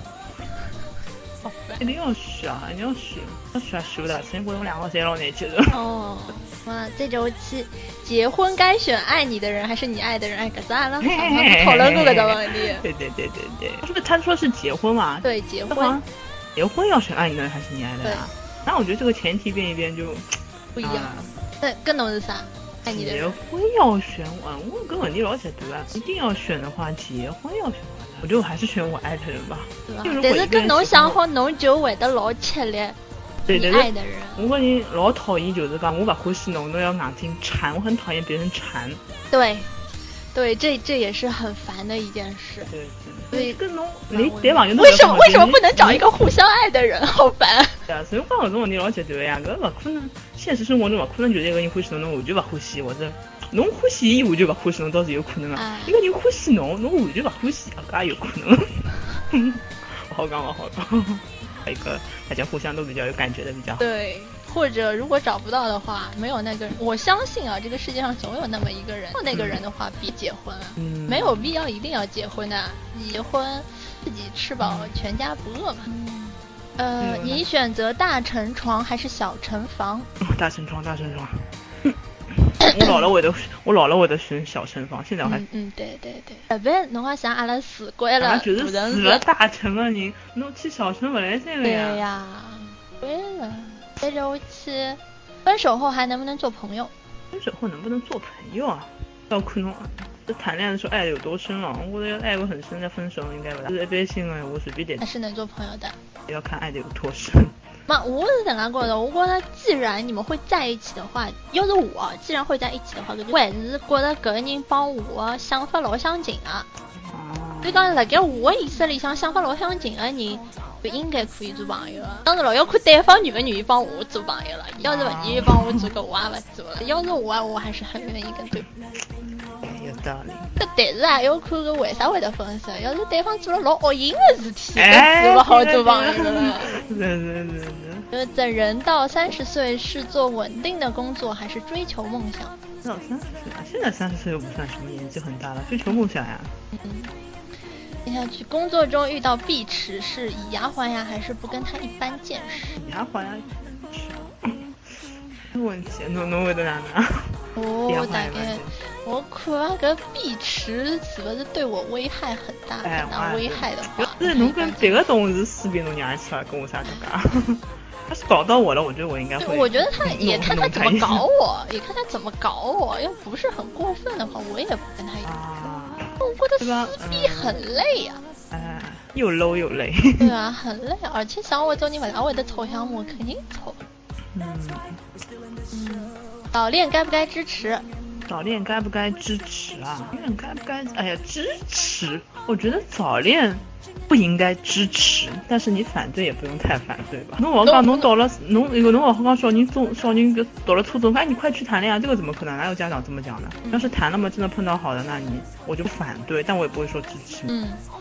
一定要选啊！一定要选，要选选不大，所以我们两个侪老难接受。 哦，哇，这周期结婚该选爱你的人还是你爱的人？哎，可是俺们讨论过这个问题。 对对对对对，是不是他说是结婚嘛？ 对，结婚。 结婚要选爱你的人还是你爱的人啊？那我觉得这个前提变一变就不一样。那更懂是啥？爱你的人。 结婚要选我，我跟问题老简单啊！一定要选的话，结婚要选。我觉得我还是选我爱的人吧， 但是跟侬想好，侬就会得老吃力。 对对对，爱的人， 我个人老讨厌，就是讲我不欢喜侬，侬要硬劲缠，我很讨厌别人缠。 对，对，这这也是很烦的一件事。 对对，所以跟侬你对网友为什么为什么不能找一个互相爱的人？好烦。 对啊，所以讲搿种问题老极端呀，搿勿可能，现实生活中勿可能就是一个人欢喜侬，侬完全勿欢喜，或者。侬欢喜伊完全勿欢喜侬，倒是有可能啊。一个人欢喜侬，侬完全勿欢喜，搿也有可能。不好讲，不好讲。一个大家互相都比较有感觉的比较好。 对，或者如果找不到的话，没有那个人，我相信啊，这个世界上总有那么一个人，没有那个人的话，别结婚啊，嗯、没有必要一定要结婚的、啊，结婚自己吃饱，全家不饿嘛。嗯、呃，你选择大成床还是小成房？ 大成床，大成床。我老了会得，我老了会得选小成房，现在我还嗯嗯对对对，特别侬好像阿拉住惯了， 就是住了大城的人，侬去小城不来塞了呀。对呀，对了，接着我去，分手后还能不能做朋友？ 分手后能不能做朋友啊？要看侬这谈恋爱的时候爱的有多深了。我觉得要爱过很深再分手应该不大，就是一般性的我随便点。 还是能做朋友的， 要看爱的有多深。 嘛，我是这样觉得，我觉得既然你们会在一起的话，要是我既然会在一起的话，我还是觉得搿个人帮我想法老相近啊。所以讲，辣盖我意识里向想法老相近的人，就应该可以做朋友了。当然了，要看对方愿不愿意帮我做朋友了。要是不愿意帮我做，搿我也不做了。要是我，我还是很愿意跟对方。 有道理。 搿但是啊，要看搿为啥会得分手。要是对方做了老恶心的事体，搿是不好做朋友了。 是是是是。 呃，等人到三十岁是做稳定的工作，还是追求梦想？ 到三十岁啊，现在三十岁又不算什么年纪很大了，追求梦想呀。 嗯。接下去，工作中遇到碧池是以牙还牙，还是不跟他一般见识？ 以牙还牙。这问题，侬侬会得哪能？ 哦，大概我看啊，搿碧池是不是对我危害很大？很大危害的话， 要是侬跟别个同事撕逼，侬娘出来跟我啥尴尬？他是搞到我了，我觉得我应该会。 我觉得他也看他怎么搞我，也看他怎么搞我。要不是很过分的话，我也不跟他一样。我觉得撕逼很累呀。 哎，又 low 又累。 对啊，很累，而且像我做你勿大会得吵相骂，肯定吵。嗯嗯，早恋该不该支持？ 早恋该不该支持啊？早恋该不该？哎呀，支持！我觉得早恋不应该支持，但是你反对也不用太反对吧。侬我讲侬到了侬如果侬我讲小人中小人到了初中，哎，你快去谈恋爱，这个怎么可能？哪有家长这么讲的？要是谈了嘛，真的碰到好的，那你我就反对，但我也不会说支持。 嗯。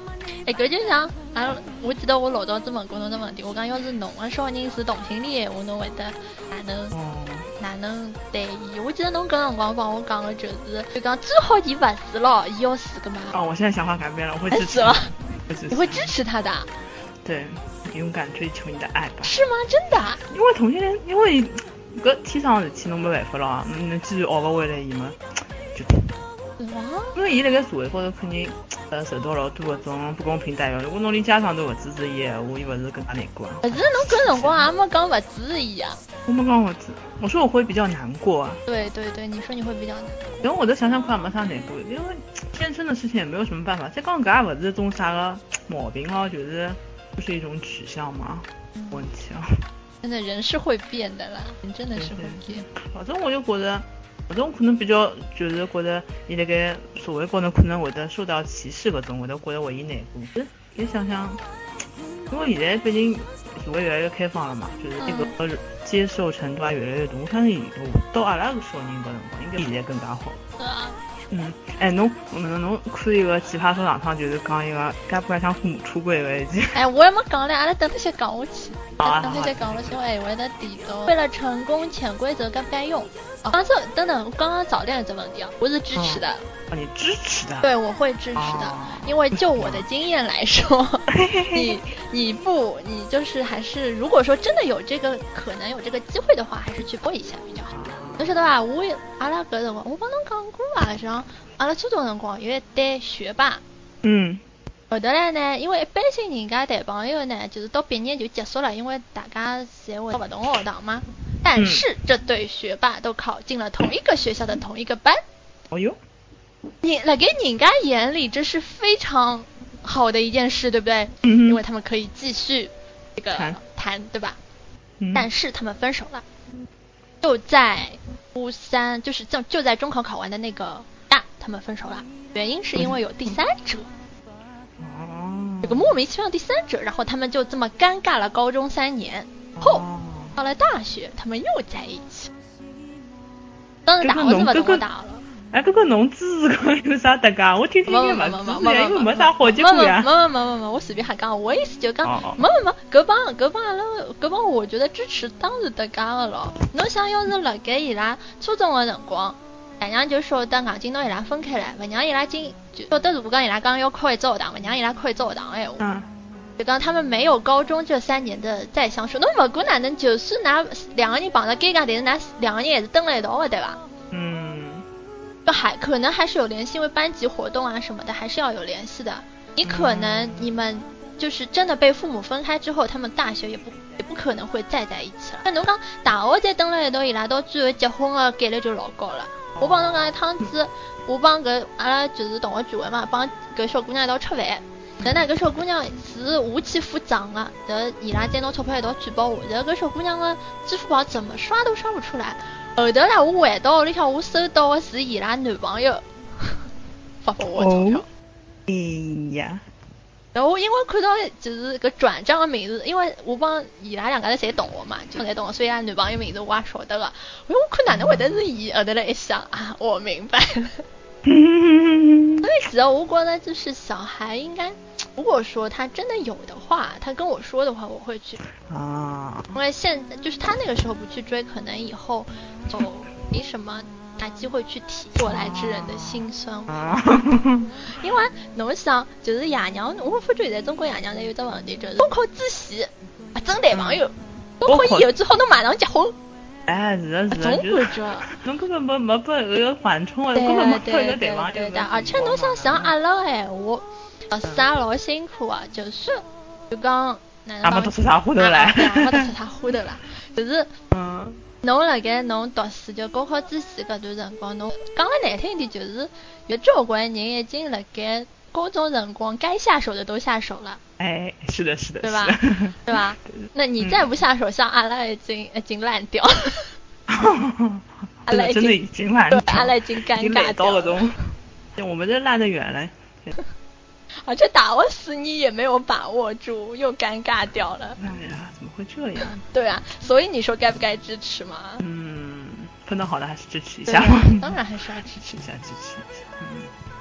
哎，搿就像啊，我记得我老早子问过侬只问题，我讲要是侬个小人是同性恋的话，侬会得哪能哪能对伊？我记得侬搿辰光帮我讲的就是，就讲最好伊勿是咯，伊要死个嘛。 哦，我现在想法改变了，我会支持。 了，你会支持他的？对， 勇敢追求你的爱吧。 是吗？真的？ 因为同性恋，因为搿天生的事体侬没办法咯，侬既然学勿回来伊嘛，就。因为伊辣盖社会高头肯定呃受到老多搿种不公平待遇。如果侬连家长都勿支持伊闲话，伊勿是更加难过啊？ 可是侬搿辰光也没讲勿支持伊啊。 我没讲勿支，我说我会比较难过啊。 对对对，你说你会比较难过。 因为我在想想看也没啥难过，因为天生的事情也没有什么办法。再讲搿也勿是种啥个毛病咯，就是就是一种取向嘛，问题啊。 真的人是会变的啦，人真的是会变。 反正我就觉得。搿种可能比较就是觉得伊辣盖社会高头可能会得受到歧视，搿种会得觉得为伊难过。是也想想，因为现在毕竟社会越来越开放了嘛，就是这个接受程度也越来越多。我相信到阿拉个小人搿辰光，应该比现在更加好。嗯，哎，侬侬侬看一个奇葩说上趟就是讲一个该不该向父母出柜了已经。 哎，我也没讲嘞，阿拉等他先讲下去。 啊， 等他先讲了先，哎，我的底都。为了成功，潜规则该不该用？哦，刚才等等，刚刚早恋这问题啊，我是支持的。 啊，你支持的？ 对，我会支持的，因为就我的经验来说，你你不你就是还是，如果说真的有这个可能有这个机会的话，还是去播一下比较好。侬晓得伐？我阿拉搿辰光，我帮侬讲过啊，像阿拉初中辰光有一对学霸， 嗯， 后头来呢，因为一般性人家谈朋友呢，就是到毕业就结束了，因为大家侪会到不同学堂嘛。但是这对学霸都考进了同一个学校的同一个班。 哦哟， 你来给人家眼里这是非常好的一件事，对不对？ 嗯， 因为他们可以继续这个谈，谈对吧？ 嗯，但是他们分手了。就在初三，就是就就在中考考完的那个大，他们分手了。原因是因为有第三者， 哦， 有个莫名其妙第三者，然后他们就这么尴尬了高中三年后，到了大学，他们又在一起。当然打我是不怎么打了。 哎，哥哥，侬支持搿有啥搭界？我听听也勿支持，因为没啥好结果呀。 没没没没没，我随便瞎讲，我意思就讲，没没没，搿帮搿帮阿拉搿帮，我觉得支持当然搭界个咯。侬想要是辣盖伊拉初中个辰光，爷娘就晓得硬劲拿伊拉分开来，勿让伊拉进，就晓得如果讲伊拉讲要考一只学堂，勿让伊拉考一只学堂个闲话。 嗯。 就讲他们没有高中这三年的再相处，侬勿管哪能，就算㑚两个人碰着尴尬，但是㑚两个人也是蹲辣一道个，对伐？ 嗯。 还可能还是有联系，因为班级活动啊什么的还是要有联系的。你可能你们就是真的被父母分开之后，他们大学也不也不可能会再在一起了。那侬讲大学再蹲辣一道，伊拉到最后结婚的概率就老高了。我帮侬讲一趟子，我帮搿阿拉就是同学聚会嘛，帮搿小姑娘一道吃饭。但那搿小姑娘是无欺负长的，然后伊拉再拿钞票一道举报我，然后搿小姑娘的支付宝怎么刷都刷不出来。后头啦，我回到屋里向，我收到的是伊拉男朋友发给我钞票。 哎呀！ 然后我因为看到就是个转账的名字，因为我帮伊拉两个人侪懂我嘛，就侪懂我，所以伊拉男朋友名字我也晓得个。我我看哪能会得是伊？后头来一想啊，我明白了。所以其实我觉得就是小孩应该，如果说他真的有的话，他跟我说的话，我会去啊。 因为现在就是他那个时候不去追，可能以后就没什么大机会去体过来之人的辛酸。啊、因为侬想，就是爷娘，我发觉现在中国爷娘有一个问题，就是高考之前啊争男朋友，高考以后之后侬马上结婚。 哎，是的，是的， 总感觉侬根本没没拨一个缓冲的，根本没拨一个对方。 对的，而且侬想像阿拉哎，我读书也老辛苦啊，就是就讲哪能讲，也没读出啥花头来， 也没读出啥花头来，就是嗯， 侬辣盖侬读书就高考之前搿段辰光，侬讲了难听一点，就是有交关人已经辣盖高中辰光该下手的都下手了。 哎，是的，是的， 对吧？对吧？那你再不下手，像阿拉已经已经烂掉，阿拉真的已经烂掉， 阿拉已经尴尬掉了。 我们这烂得远了。 而且打我死你也没有把握住，又尴尬掉了。 哎呀，怎么会这样？ 对啊，所以你说该不该支持嘛？ 嗯，碰到好的还是支持一下。 当然还是要支持一下，支持一下。嗯。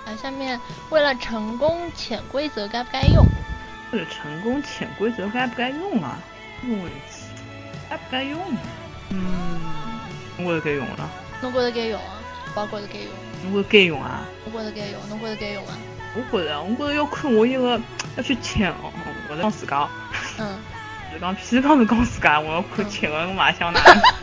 啊，下面为了成功，潜规则该不该用？ 为了成功，潜规则该不该用啊？我该不该用？嗯，我觉得该用了。 侬觉得该用啊？我觉得该用。 侬觉得该用啊？ 我觉得该用，侬觉得该用啊？ 我觉得，我觉得要看我一个要去潜哦，我在讲自家。 嗯。 是讲，譬如讲是讲自家，我要看潜个卖相哪。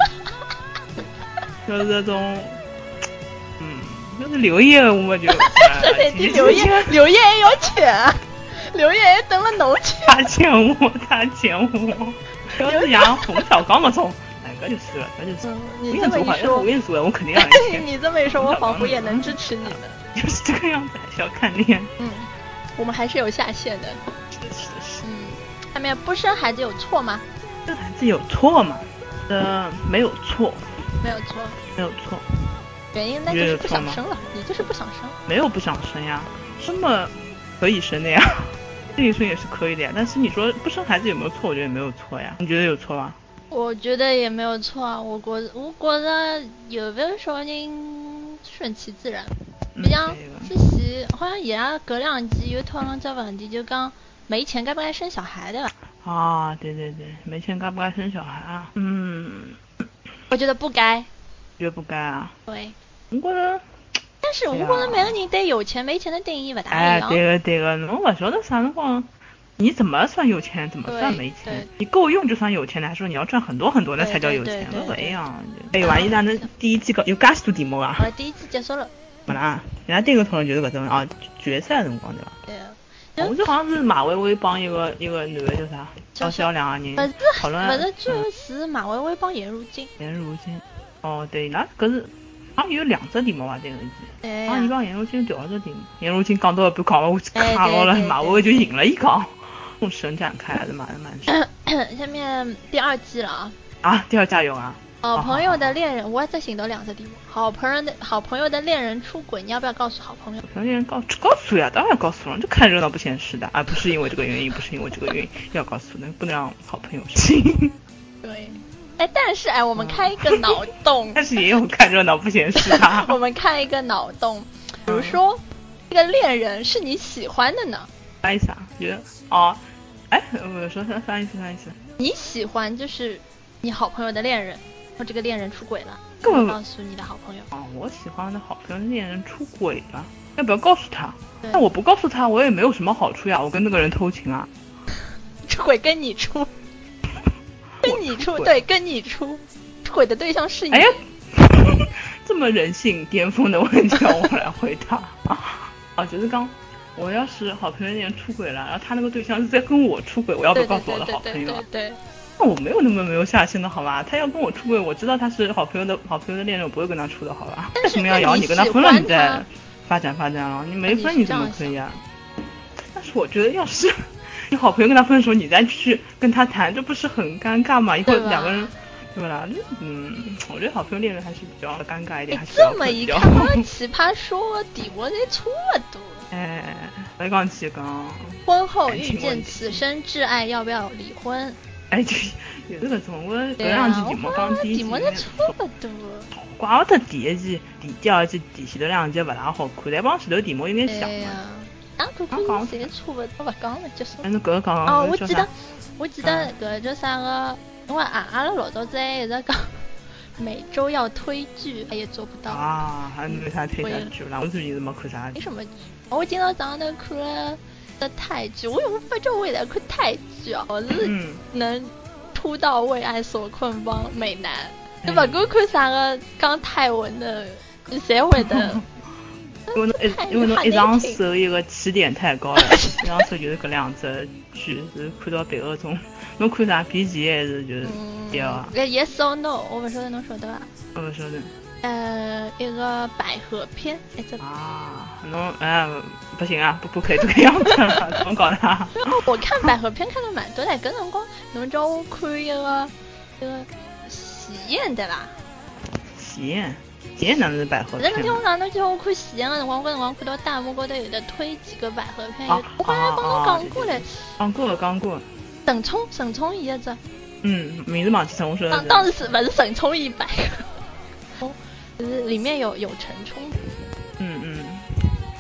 就是这种，嗯，就是刘烨，我们就。 对对，刘烨，刘烨也要潜，刘烨也等了侬潜。 他潜我，他潜我。要是像冯小刚那种，哎，搿就是了，搿就是。 你这么一说， 我跟你说，我肯定要潜。 你这么一说，我仿佛也能支持你们。 就是这个样子，还是要看脸。 嗯，我们还是有下限的。 是是是。 嗯，下面不生孩子有错吗？ 生孩子有错吗？呃，没有错。 没有错。 没有错。 原因那就是不想生了，你就是不想生。 没有不想生呀，生嘛可以生的呀，自己生也是可以的呀。但是你说不生孩子有没有错？我觉得也没有错呀。你觉得有错吗？ 我觉得也没有错啊。我觉我觉得有的时候人顺其自然。比方之前好像伊拉隔两集又讨论这问题，就讲没钱该不该生小孩对吧？ 啊，对对对，没钱该不该生小孩啊？嗯， 我觉得不该。 觉得不该啊？ 对。 我觉得。 但是我觉得每个人对有钱没钱的定义不大一样。哎，对个对个，侬不晓得啥辰光，你怎么算有钱，怎么算没钱？你够用就算有钱的，还是说你要赚很多很多那才叫有钱？不一样。哎，万一哪能第一季搞有介许多题目啊？ 好了，第一季结束了。 没啦，人家第一个讨论就是搿种啊，决赛辰光对吧？ 对。 我就好像是马薇薇帮一个一个女的叫啥？赵潇两个人讨论。 不是，就是马薇薇帮颜如晶。 颜如晶。哦，对，那可是好像有两只题目吧，这个季。啊，你帮颜如晶调了只题目，颜如晶讲到一半讲了，我去卡牢了，马薇薇就赢了一杠，从神展开还是蛮蛮神。 下面第二季了啊。 啊，第二加油啊！ 好朋友的恋人，我再寻到两只题目。好朋友的好朋友的恋人出轨，你要不要告诉好朋友？ 好恋人告告诉呀，当然告诉了，就看热闹不嫌事的啊，不是因为这个原因，不是因为这个原因要告诉的，不能让好朋友伤心。 对。哎，但是哎，我们开一个脑洞， 但是也有看热闹不嫌事啊。 我们开一个脑洞，比如说，这个恋人是你喜欢的呢？ 啥意思啊？觉得哦，哎，我说啥啥意思？啥意思？ 你喜欢就是你好朋友的恋人，或这个恋人出轨了， 根本告诉你的好朋友。 哦，我喜欢的好朋友的恋人出轨了，要不要告诉他？那我不告诉他，我也没有什么好处呀，我跟那个人偷情啊。 出轨跟你出。跟你出对，跟你出出轨的对象是你。 哎呀，这么人性巅峰的问题让我来回答啊！就是刚，我要是好朋友那人出轨了，然后他那个对象是在跟我出轨，我要不要告诉我的好朋友？ 对对。 那我没有那么没有下限的好吧？他要跟我出轨，我知道他是好朋友的好朋友的恋人，我不会跟他出的好吧？为什么要咬你跟他分了你再发展发展了？你没分你怎么可以啊？但是我觉得要是。你好朋友跟他分手，你再去跟他谈，这不是很尴尬吗？以后两个人，对吧？嗯，我觉得好朋友恋人还是比较尴尬一点。 这么一看，奇葩说题目侪差不多。 哎，来讲起讲， 婚后遇见此生挚爱，要不要离婚？ 哎，就有这个种，我搿两期题目讲第一季， 题目侪差不多。 怪不得第一季、第第二季、第前头两集勿大好看，但帮前头题目有点像。 啊，搿可以侪差不多，勿讲了，结束。 反正搿个讲哦，我记得，我记得搿叫啥个？因为阿阿拉老早子还一直讲每周要推剧，也做不到啊，还没啥推啥剧啦。我最近是没看啥。 没什么剧，我今朝早上头看了个泰剧，我又发觉我也在看泰剧啊，我是能突到为爱所困帮美男，就勿管看啥个讲泰文的，侪会的。 因为侬一因为侬一上手一个起点太高了，一上手就是搿两只剧是看到别个种，侬看啥 B G 还是就是对啊？ 呃 Yes or No， 我勿晓得侬晓得伐？ 我勿晓得。 呃，一个百合片，一只啊，侬哎不行啊，不不可以这个样子，怎么搞的？ 我看百合片看的蛮多的，搿辰光侬叫我看一个一个喜宴对伐？ 喜宴。喜宴哪能是百合片？ 那天我上头叫我看喜宴的辰光，搿辰光看到弹幕高头有的推几个百合片，我好像帮侬讲过嘞。 讲过了，讲过。 沈聪，沈聪伊一只。 嗯，名字忘记成我说的。 当当时是不是沈聪一百合？就是里面有有陈冲。 嗯嗯。 所以我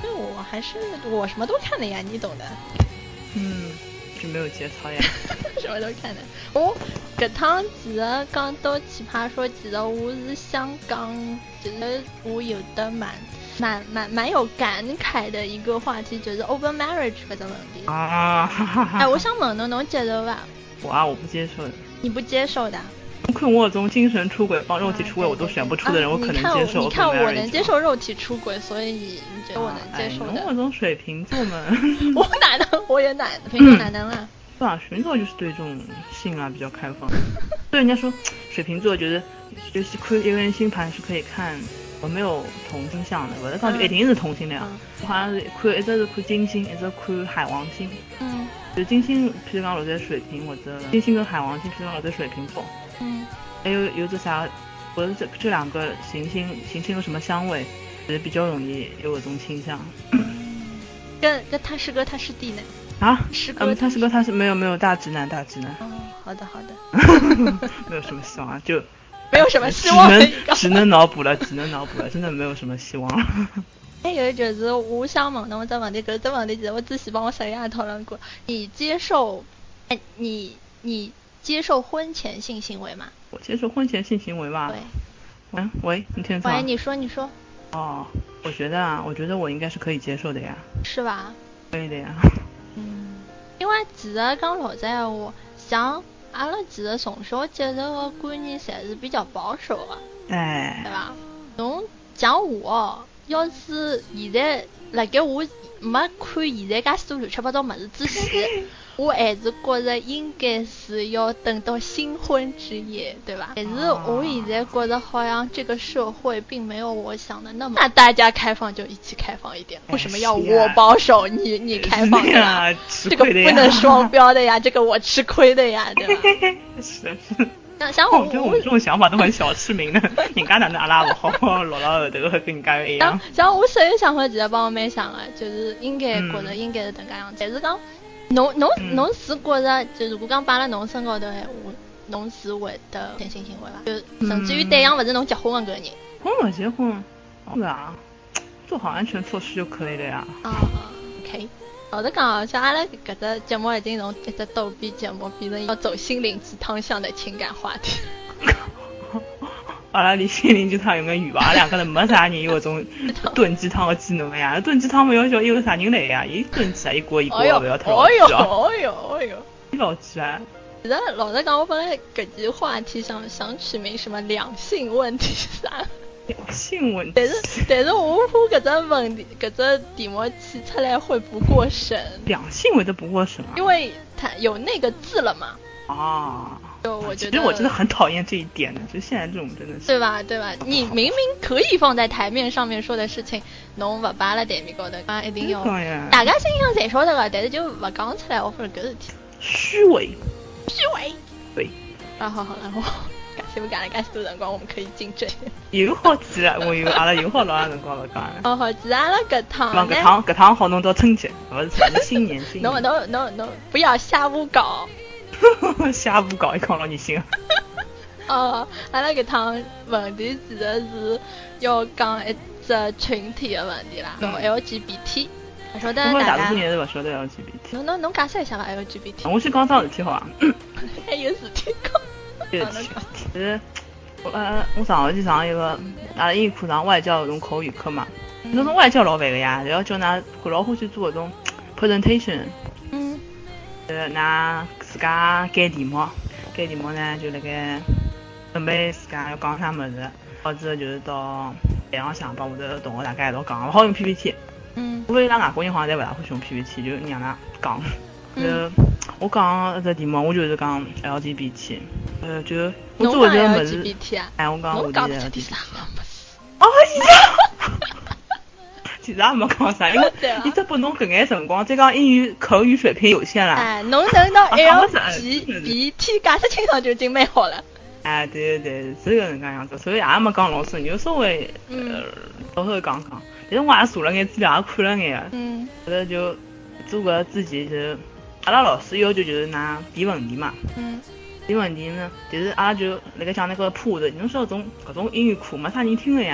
还是我什么都看的呀，你懂的。 嗯，就没有节操呀。 什么都看的。我搿趟其实讲到奇葩说，其实我是想讲，就是我有的蛮蛮蛮蛮有感慨的一个话题，就是 open marriage 搿个问题。 啊， 哎，我想问侬，侬接受伐？ 我啊，我不接受的。 你不接受的？ 看我这种精神出轨帮肉体出轨我都选不出的人， 啊、 我可能接受。 你看我能接受肉体出轨，所以你觉得我能接受的？ 哎、我这种水瓶座们， 我哪能？我也哪瓶座哪能啊？ 对啊，水瓶座就是对这种性啊比较开放。所以人家说水瓶座觉得就是看一个人星盘是可以看我没有同性相的，我在讲就一定是同性恋。嗯、我好像是看一直是看金星，一直看海王星。 嗯。 就金星，譬如讲落在水瓶或者金星跟海王星，譬如讲落在水瓶座。 嗯。 还有有这啥，或者这这两个行星行星有什么相位，就是比较容易有这种倾向。 跟跟他师哥他师弟呢？ 啊， 师哥， 嗯，他师哥他是没有没有大直男大直男。 哦，好的好的。 没有什么希望啊，就没有什么希望， 只能只能脑补了，只能脑补了，真的没有什么希望。 还有就是我想问侬这问题，可是这问题其实我之前帮我室友也讨论过，你接受，哎，你你接受婚前性行为吗？ 我接受婚前性行为吧。 对。 嗯，喂，你听到？ 喂，你说你说。 哦，我觉得啊，我觉得我应该是可以接受的呀。 是吧？ 可以的呀。 嗯，因为其实讲老实闲话，像阿拉其实从小接受的观念侪是比较保守的， 哎， 对吧？侬讲我，要是现在辣盖我没看现在介许多乱七八糟物事之前，我还是觉着应该是要等到新婚之夜，对吧？但是我现在觉得好像这个社会并没有我想的那么，那大家开放就一起开放一点，为什么要我保守你你开放的呀？这个不能双标的呀，这个我吃亏的呀，对吧？ 是是。 像像我， 我觉得我们这种想法都很小市民的，人家哪能阿拉不好好落到后头跟人家一样。 像我室友想法其实帮我蛮像的，就是应该觉得应该是等个样子，但是讲。侬侬侬是觉着，就如果讲摆辣侬身高头闲话，侬是会得前性行为伐？就甚至于对象勿是侬结婚的搿个人。 婚勿结婚，是啊，做好安全措施就可以了呀。 啊 ，OK。老实讲，像阿拉搿只节目已经从一只逗逼节目变成要走心灵鸡汤向的情感话题。 阿拉离心灵鸡汤有眼远吧，阿拉两个人没啥人有搿种炖鸡汤的技能呀。炖鸡汤嘛要叫有啥人来呀？伊炖鸡啊，一锅一锅的，不要太老鸡啊。 哦哟哦哟， 老鸡啊！ 其实老实讲，我本来搿集话题想想取名什么两性问题啥。 两性问题。 但是但是我怕搿只问题搿只题目起出来会不过审。 两性为的不过审啊？ 因为它有那个字了嘛。 啊。 就我觉得， 其实我真的很讨厌这一点的，就现在这种真的是， 对吧？对吧？你明明可以放在台面上面说的事情，侬勿摆辣台面高头，啊，一定要大家心里向侪晓得个，但是就勿讲出来，我觉着搿事体虚伪， 虚伪。 对。 啊，好好了，我感谢我讲了介许多辰光，我们可以进正。 有好几了，我有阿拉有好老长辰光了讲了。 哦，好，其实阿拉搿趟， 搿趟搿趟好弄到春节，勿是春节新年新年。 侬侬侬侬不要瞎诬告。 瞎胡搞一讲老热心。 哦，阿拉搿趟问题其实是要讲一只群体的问题啦，叫 L G B T。勿晓得大家。大多数人是勿晓得 L G B T。 侬侬侬解释一下伐 L G B T？ 我先讲桩事体好伐？ 还有事体讲。 有事体。是，我呃，我上学期上一个阿拉英语课上外教搿种口语课嘛，搿种外教老烦个呀，就要叫㑚老欢喜做搿种 presentation。 嗯。 呃，㑚自家改题目，改题目呢就辣盖准备自家要讲啥物事，好之后就是到台上向帮我的同学大家一道讲，勿好用 P P T。 嗯。 因为伊拉外国人好像侪勿大欢喜用 P P T， 就让㑚讲。呃，我讲这题目，我就是讲 L G B T。呃，就我做这个物事，哎，我讲我的 L G B T。哎呀！其实也没讲啥，因为伊只拨侬搿眼辰光，再讲英语口语水平有限啦。 哎，侬能到 L G B T 解释清爽就已经蛮好了。 哎，对对对，是搿能介样子，所以也没讲老深，就稍微呃稍微讲讲。但是我也查了眼资料，也看了眼。 嗯。 后头就做搿自己就，阿拉老师要求就是㑚提问题嘛。 嗯。 提问题呢，就是阿拉就辣盖讲那个铺的，侬说搿种搿种英语课没啥人听的呀。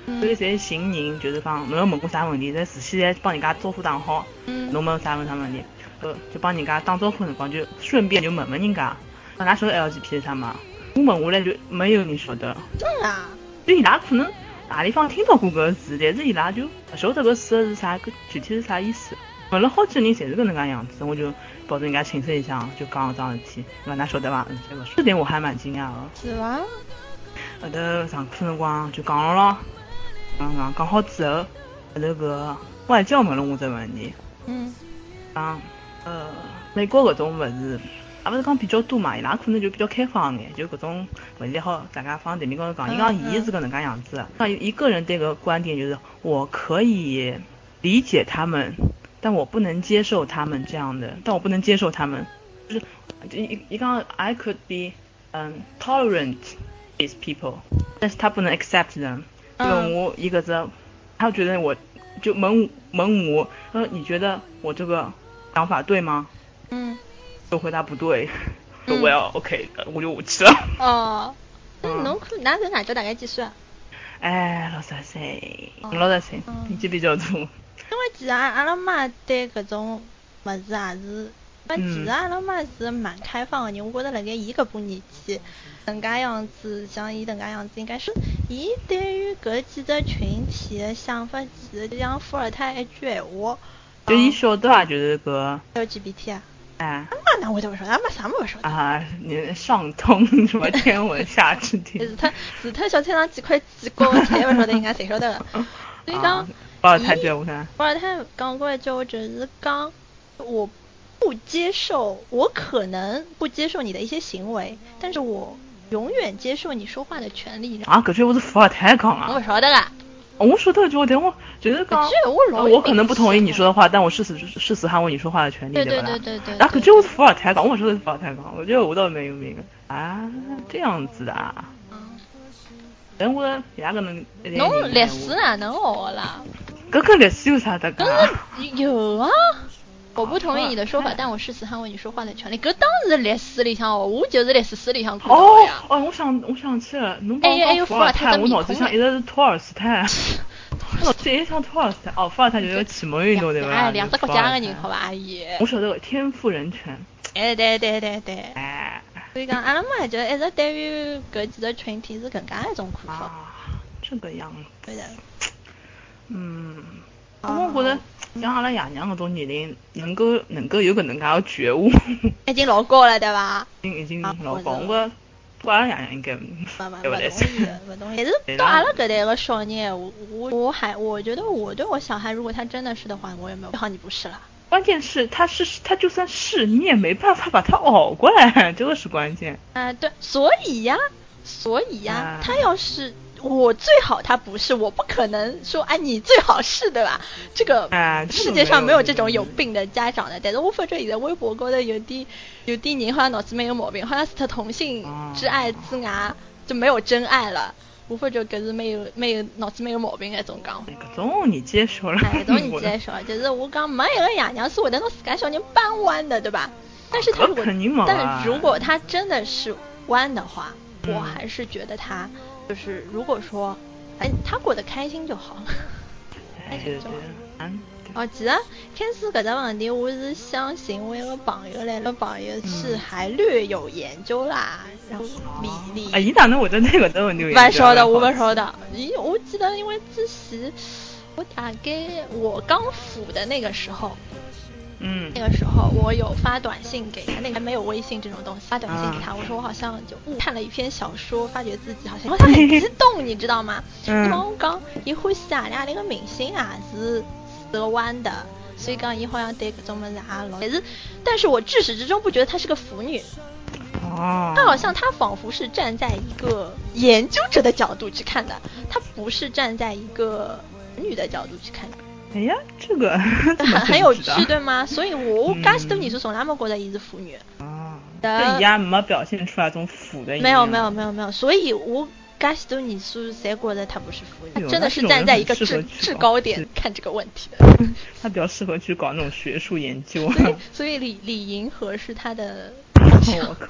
所以侪寻人，就是讲侬要问过啥问题，在事先帮人家招呼打好，侬问啥问啥问题，呃，就帮人家打招呼的辰光就顺便就问问人家，那㑚晓得 L G P 是啥吗？我问下来就没有人晓得。 真啊？ 就伊拉可能哪地方听到过搿个字，但是伊拉就勿晓得搿字是啥，搿具体是啥意思。问了好几个人，侪是搿能介样子，我就保证人家请示一下，就讲搿桩事体，对伐？㑚晓得伐？嗯，这个这点我还蛮惊讶的。 是伐？ 后头上课辰光就讲了咯，讲讲讲好之后，后头搿外教问了我只问题， 嗯， 讲呃美国搿种物事。也勿是讲比较多嘛，伊拉可能就比较开放眼，就搿种问题好大家放台面高头讲。伊讲伊是搿能介样子，讲一个人对搿观点就是我可以理解他们，但我不能接受他们这样的，但我不能接受他们，就是伊伊讲 I could be 嗯、um, tolerant these people， 但是他不能 accept them。就我一个字，他觉得我就问问我，说你觉得我这个想法对吗？ 嗯。 就回答不对，说我要 OK，我就去了。 哦，那侬可哪是哪叫大概几岁啊？ 哎，六十岁，六十岁，年纪比较大。因为其实阿拉妈对搿种物事也是，但其实阿拉妈是蛮开放的人。我觉得辣盖伊搿把年纪，能介样子，像伊能介样子，应该是伊对于搿几只群体的想法，其实就像伏尔泰一句闲话， 就伊晓得啊，就是搿 L G B T 啊。 哎， 阿妈哪会都不晓得，阿妈啥么不晓得啊？你上通什么天文下知天？ 是他是他小菜场几块几高的菜不晓得，应该谁晓得？所以讲， 伏尔泰对我看， 伏尔泰讲过一句，我只是讲，我不接受，我可能不接受你的一些行为，但是我永远接受你说话的权利。 啊，搿句我是伏尔泰讲啊。 我不晓得啦。 我说的就但我就是讲， 我我可能不同意你说的话，但我誓死誓死捍卫你说话的权利， 对对吧？ 对对对对。 然后可就是伏尔泰讲，我说的是伏尔泰讲，我觉得我倒没有名啊，这样子的啊。嗯。但我伊拉个能。 侬历史哪能学啦？ 搿跟历史有啥搭界？ 有啊。我不同意你的说法，但我誓死捍卫你说话的权利。搿当然历史里向哦，我就是历史书里向看到的呀。 哦哦，我想我想起了，侬帮我讲伏尔泰，我脑子想一直是托尔斯泰。我脑子一直想托尔斯泰，哦，伏尔泰就是个启蒙运动对吧？ 哎，两只国家的人好吧，阿姨。 我晓得个天赋人权。 哎，对对对对。 哎。 所以讲，阿拉妈就一直对于搿几个群体是搿介一种看法。 啊，这个样子。 对的。 嗯。我觉得像阿拉爷娘搿种年龄，能够能够有搿能介个觉悟， 已经老高了，对伐？ 已经已经老高，我觉我阿拉爷娘应该对不对？不同意，但是到阿拉搿代个少年，我我我还我觉得我对我小孩，如果他真的是的话，我也没有。好，你不是了。 关键是他是他就算是你也没办法把他熬过来，这个是关键。 啊、呃，对，所以呀，所以呀，啊、他要是。我最好他不是，我不可能说哎你最好是对吧？这个世界上没有这种有病的家长的。但是我发觉现在微博高头有点有点人好像脑子没有毛病，好像是他同性之爱之外就没有真爱了。我发觉搿是没有没有脑子没有毛病那种讲法。 搿种你接受了？ 哎，搿种你接受，就是我讲没一个爷娘是会得拿自家小人扳弯的，对吧？但是他如果、 啊、 但如果他真的是弯的话，嗯、我还是觉得他。就是如果说，哎，他过得开心就好了，开心就好。嗯。哦，其实开始搿只问题，我是想寻我一个朋友来了，朋友是还略有研究啦，嗯、然后理理。 啊，伊哪能会得那个这问题？ 不晓得，我不晓得。咦，我记得因为之前我大概我刚辅的那个时候。 嗯， 那个时候我有发短信给他，那个还没有微信这种东西，发短信给他，我说我好像就误看了一篇小说，发觉自己好像，然后他很激动，你知道吗？ 嗯， 因为我讲，伊欢喜阿拉那个明星啊是是个弯的，所以讲伊好像对搿种么子也老，但是但是我至始至终不觉得她是个腐女。 哦， 她好像她仿佛是站在一个研究者的角度去看的，她不是站在一个女的角度去看的。 哎呀，这个很很有趣，对吗？所以我介许多年数从来没觉得伊是腐女。 啊，这伊也没表现出来种腐的一面。 没有没有没有没有，所以我介许多年数才觉得她不是腐女，真的是站在一个制制高点看这个问题的。 她比较适合去搞那种学术研究。 所以所以李李银河是她的。 我靠。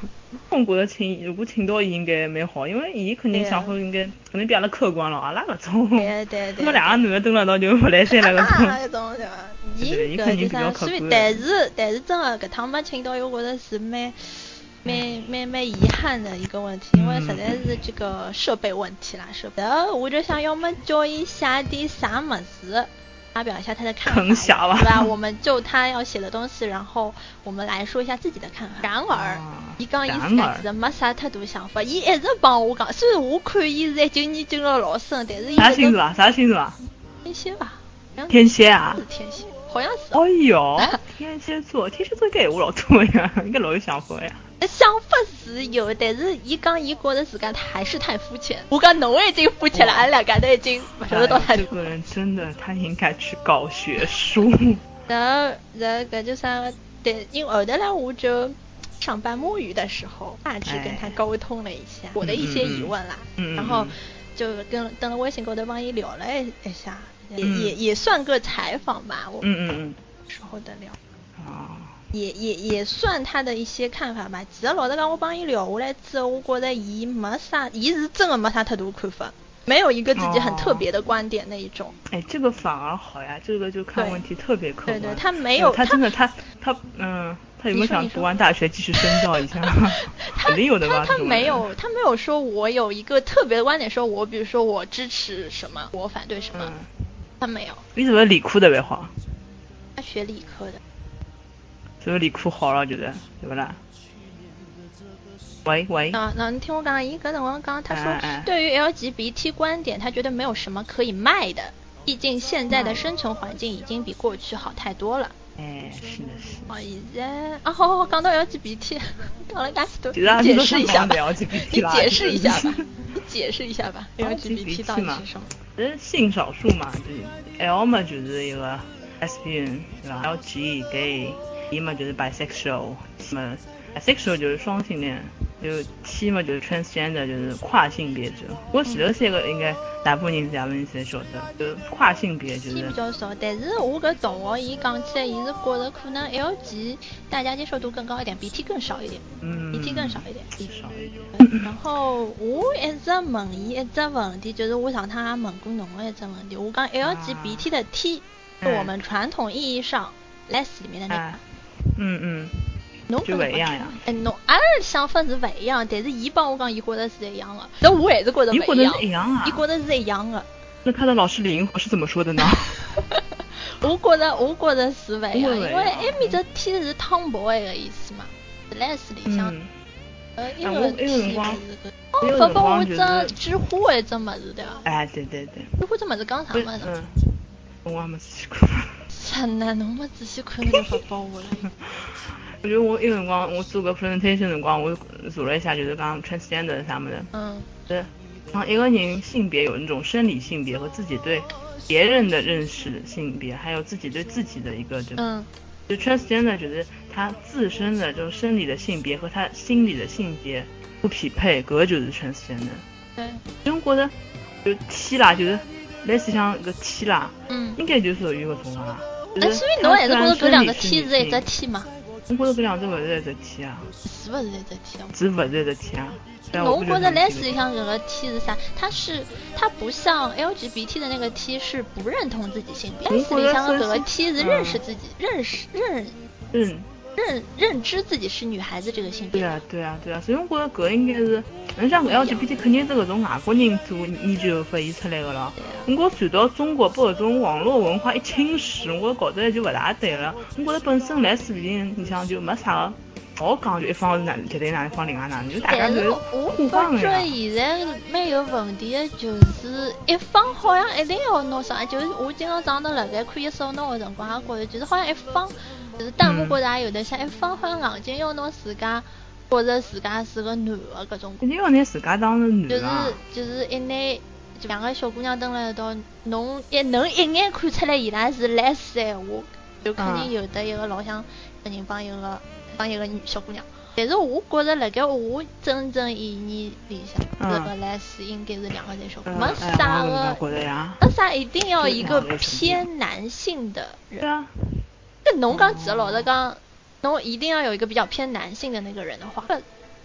我觉得请如果请到伊应该蛮好，因为伊肯定想法应该可能比阿拉客观了，阿拉搿种， 对对对， 那么两个男的蹲辣一道就勿来三了搿种。 搿种对伐？伊伊肯定比较客所以观。 但是但是真的搿趟没请到，我觉得是蛮蛮蛮蛮遗憾的一个问题，因为实在是这个设备问题啦，设备。然后我就想要么叫伊写点啥么子。发表一下他的看法，对吧？我们就他要写的东西，然后我们来说一下自己的看法。然而，伊讲伊自家其实没啥太多想法，伊一直帮我讲。虽然我看伊是一九年进了老深，但是伊啥星座啊？啥星座啊？ 天蝎吧？ 天蝎啊？ 是天蝎，好像是。 哎呦，天蝎座，天蝎座应该有老多呀，应该老有想法呀。 想法是有，但是伊讲伊觉得自家还是太肤浅。我讲侬已经肤浅了，俺两个都已经觉得到太。 这个人真的，他应该去搞学术。 然后，然后搿就啥？对，因为后头来我就上班摸鱼的时候，大致跟他沟通了一下、哎、我的一些疑问啦，嗯、然后就跟登了微信高头帮伊聊了一下，嗯、也也也算个采访吧。我嗯嗯嗯， 时候的聊。 啊。 也也也算他的一些看法吧。其实老实讲，我帮伊聊下来之后，我觉得伊没啥，伊是真的没啥太多看法，没有一个自己很特别的观点那一种。 哦、哎，这个反而好呀，这个就看问题特别客观。 对对，他没有， 他真的他他嗯，他有没有想读完大学继续深造一下？肯定有的吧。 他他没有，他没有说我有一个特别的观点，说我比如说我支持什么，我反对什么，嗯、他没有。 你怎么理科特别好？ 他学理科的。 所以理科好了，就是对不啦？喂喂。 啊，那你听我讲，伊搿辰光讲，他说对于 L G B T 观点，他觉得没有什么可以卖的，毕竟现在的生存环境已经比过去好太多了。 哎，是的，是的。 哦，现在啊，好好讲到 L G B T， 讲了介许多， 你解释一下吧。 你解释一下吧，你解释一下吧 ，L G B T 到底是什么？ 是性少数嘛，就是 L 嘛，就是一个 lesbian 对吧 ？L G gay。E 嘛就是 bisexual， 嘛 bisexual 就是双性恋，就 T 嘛就是 transgender， 就是跨性别者。我前头三个应该大部分人大部分人侪晓得，就是跨性别就是。T 比较少，但是我搿同学伊讲起来，伊是觉得可能 L G 大家接受度更高一点， B T 更少一点，嗯 ，B T 更少一点， 更少一点。 然后我一直问伊一只问题，就是我上趟也问过侬的一只问题，我讲 L G B T 的 T 是我们传统意义上 less 里面的那个。啊嗯嗯， 侬就勿一样呀。 哎，侬俺想法是勿一样，但是伊帮我讲，伊觉得是一样的，但我还是觉得勿一样。 伊觉得是一样啊？ 伊觉得是一样的。 那他的老师李银河是怎么说的呢？ 我觉得，我觉得是勿一样，因为埃面只 T 是 tomboy 的意思嘛 ，less 里向，呃，一个 T 还是个。哦，发发我只知乎的只么子对吧？ 哎，对对对。 知乎只么子讲啥么子？ 嗯，我也没仔细看。 真的，侬没仔细看那个发包我了。 我觉得我有辰光我做个 presentation 辰光，我做了一下，就是讲 transgender 啥么的。嗯。对，然后一个人性别有那种生理性别和自己对别人的认识的性别，还有自己对自己的一个这个。嗯。就 transgender 就是他自身的这种生理的性别和他心理的性别不匹配，搿就是 transgender。对。因为我觉得就 T 啦，就是类似像个 T 啦，嗯，应该就属于搿种啊。 哎，所以侬还是觉得搿两个 T 是一只 T 吗？ 我觉得搿两只勿是一只 T 啊。 是勿是一只 T 啊？ 是勿是一只 T 啊？ 侬觉得类似于像搿个 T 是啥？它是它不像 L G B T 的那个 T 是不认同自己性别，类似于像搿个 T 是认识自己、认识认认认认知自己是女孩子这个性别。 对啊对啊对啊，所以我觉得搿应该是，侬像 L G B T 肯定是搿种外国人做研究发现出来的了。我觉传到中国被搿种网络文化一侵蚀，我觉着就勿大对了。我觉着本身来视频，你像就没啥个好讲，就一方是哪绝对哪一方另外哪，就大家就互放的呀。 但是我觉着现在蛮有问题的，就是一方好像一定要拿啥，就是我经常早上辣盖看一首脑的辰光，也觉着就是好像一方。就是弹幕高头也有的像一方好像硬劲要拿自家觉着自家是个男的搿种， 肯定要拿自家当成男啊。就是就是一拿就两个小姑娘蹲辣一道，侬一能一眼看出来伊拉是来闲话，就肯定有的一个老乡个人帮一个帮一个女小姑娘。但是我觉着辣盖我真正意义里向，这个来是应该是两个人小姑娘，没啥个，没啥一定要一个偏男性的人。对啊。跟侬讲，其实老实讲，侬一定要有一个比较偏男性的那个人的话，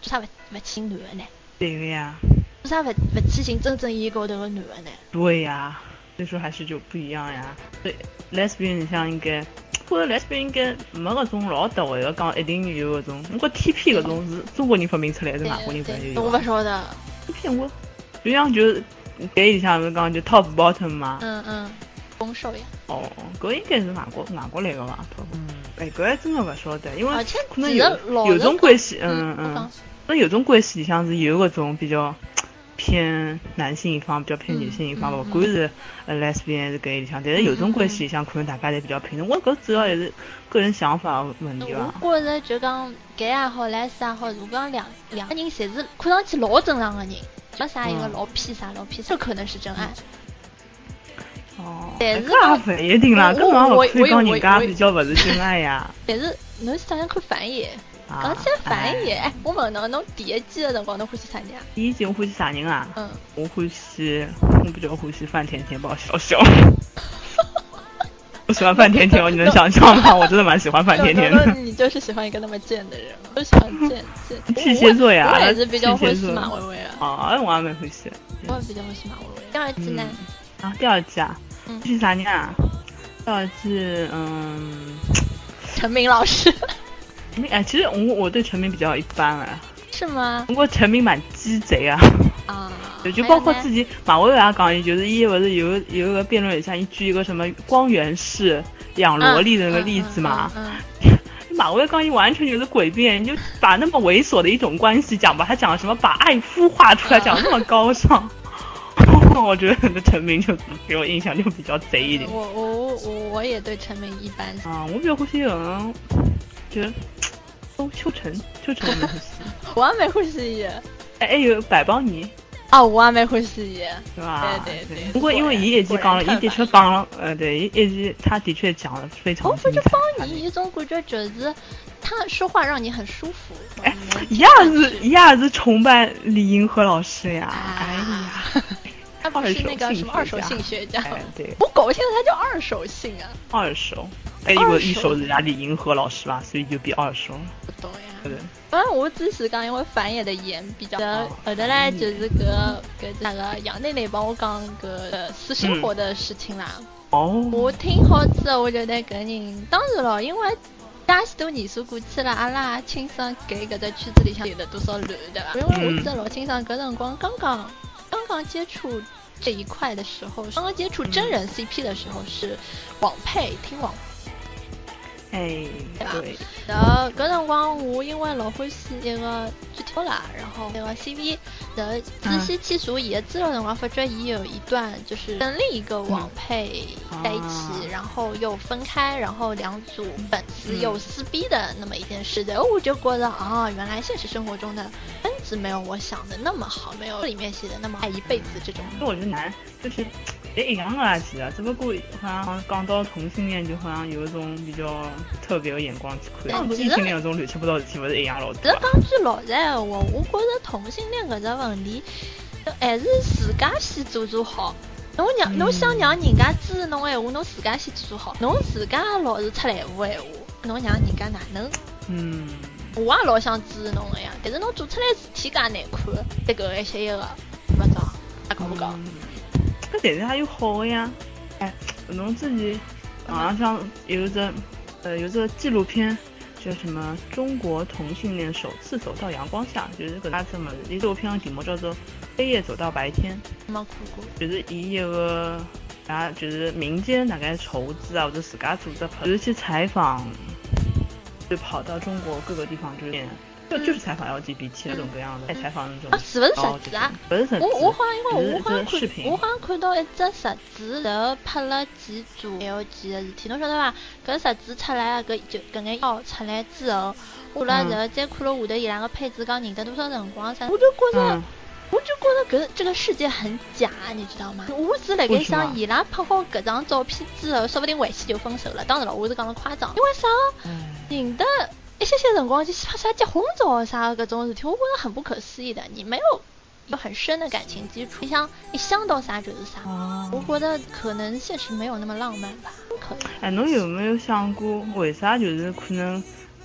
做啥勿勿去男的呢？ 对个呀， 做啥勿勿去寻真正意义高头个男的呢？ 对呀，所以说还是就不一样呀。对 ，lesbian 你像应该。或者 lesbian 应该没搿种老特位个讲一定有搿种，我觉 T P 搿种是中国人发明出来，还是外国人本来就有。 我勿晓得。 T P 我就像就搿里向勿是讲就 top bottom 嘛。 嗯嗯，攻受呀。 哦，搿应该是外国外国来个伐？嗯，哎，搿还真的勿晓得，因为可能有有种关系，嗯嗯，可能有种关系里向是有搿种比较。偏男性一方比较偏女性一方，勿管是呃 lesbian 还是搿里向，但是有种关系里向可能大家侪比较平等。我搿主要还是个人想法问题伐。 我觉着就讲 gay 也好 les 也好，如果讲两两个人侪是看上去老正常的人，没啥一个老屁啥老屁啥，这可能是真爱。 哦， 但是搿勿一定啦，搿嘛勿可以讲人家比较勿是真爱呀。 但是侬想想看反野。讲起反野，哎，我问侬，侬第一季的辰光侬欢喜啥人啊？ 第一季我欢喜啥人啊？嗯，我欢喜，我比较欢喜范甜甜包小小。我喜欢范甜甜，你能想象吗？我真的蛮喜欢范甜甜的。 你就是喜欢一个那么贱的人，我喜欢贱贱。 巨蟹座呀， 我也是比较欢喜马薇薇啊。 哦，我也蛮欢喜。 我也比较欢喜马薇薇。第二季呢？ 啊，第二季啊，欢喜啥人啊？第二季，嗯， 陈明老师。 哎，其实我我对陈明比较一般哎。 是吗？ 不过陈明蛮鸡贼啊。 啊。 对，就包括自己马薇薇也讲，伊就是伊不是有有一个辩论里向，伊举一个什么光源氏养萝莉的那个例子嘛。嗯。马薇薇讲，伊完全就是诡辩，你就把那么猥琐的一种关系讲，把他讲什么把爱孵化出来，讲那么高尚。我觉得那陈明就给我印象就比较贼一点。 我我我我也对陈明一般。 啊，我比较欢喜人。觉得哦，秋晨，秋晨我蛮欢喜， 我也蛮欢喜伊。 哎，还有百邦尼， 啊，我也蛮欢喜伊， 对吧？ 对对对。 不过因为伊一直讲了，伊的确讲了，呃，对，一直他的确讲了非常精彩。我觉得邦尼一种感觉就是他说话让你很舒服。 哎，一下子一下子崇拜李银河老师呀！哎呀。 他不是那个什么二手性学家， 哎、对， 我搞现在他叫二手性啊。 二手，哎，因为一手人家李银河老师吧，所以就比二手。 不懂呀。 对。 反正我只是讲，因为反野的言比较，后头嘞就是个个那个杨奶奶帮我讲个私生活的事情啦。 哦、嗯。 我听好之后，我觉得搿人，当然了，因为介许多年数过去了，阿拉亲身给搿只圈子里向有了多少乱，对吧？因为我记得老清爽，搿辰光刚刚。刚刚接触这一块的时候，刚刚接触真人 C P 的时候是网配听网， 哎， 对吧？然后搿辰光我因为老欢喜一个剧透啦，然后那个 C V， 然后仔细去数伊的资料辰光，发觉伊有一段就是跟另一个网配在一起，嗯、然后又分开，然后两组粉丝又撕逼的那么一件事的，我就觉得啊，原来现实生活中的分子没有我想的那么好，没有里面写的那么爱一辈子这种。 我觉得难，就是也一样的垃圾啊，只不过好像讲到同性恋，就好像有一种比较特别的眼光去看。当异性恋那种乱七八糟事体，不是一样老多。 其实讲句老实闲话，我觉着同性恋搿只问题，还是自家先做做好。侬让侬想让人家支持侬闲话，侬自家先做做好。侬自家老是出来胡闲话，侬让人家哪能？ 嗯。 我也老想支持侬个呀，但是侬做出来事体介难看，这个一些一个，不知道，还搞不搞？ 那但是还有好的呀，哎，侬自己好像像有着呃有着纪录片叫什么《中国同性恋首次走到阳光下》，就是搿只么子，纪录片的题目叫做《黑夜走到白天》。 没看过。就是以一个啊，就是民间大概筹资啊，或者自家组织，就是去采访。就跑到中国各个地方，就是就就是采访 L G B T 那种各样的，在采访那种。 啊，是不是实质啊？ 不是实质。 我我好像因为我好像看，我好像看到一只实质，然后拍了几组 L G 的事体，侬晓得伐？搿实质出来，搿就搿眼药出来之后，我了然后再看了下头伊拉个配置，讲认得多少辰光啥，我就觉着。我就觉得搿这个世界很假，你知道吗？我是辣盖想，伊拉拍好搿张照片之后，说不定回去就分手了。当然了，我是讲了夸张，因为啥？认得一些些辰光就拍出来结婚照啥搿种事体，我觉得很不可思议的。你没有有很深的感情基础，你想一想到啥就是啥。哦、我觉得可能现实没有那么浪漫吧，不可能。 哎，侬有没有想过，为啥就是可能？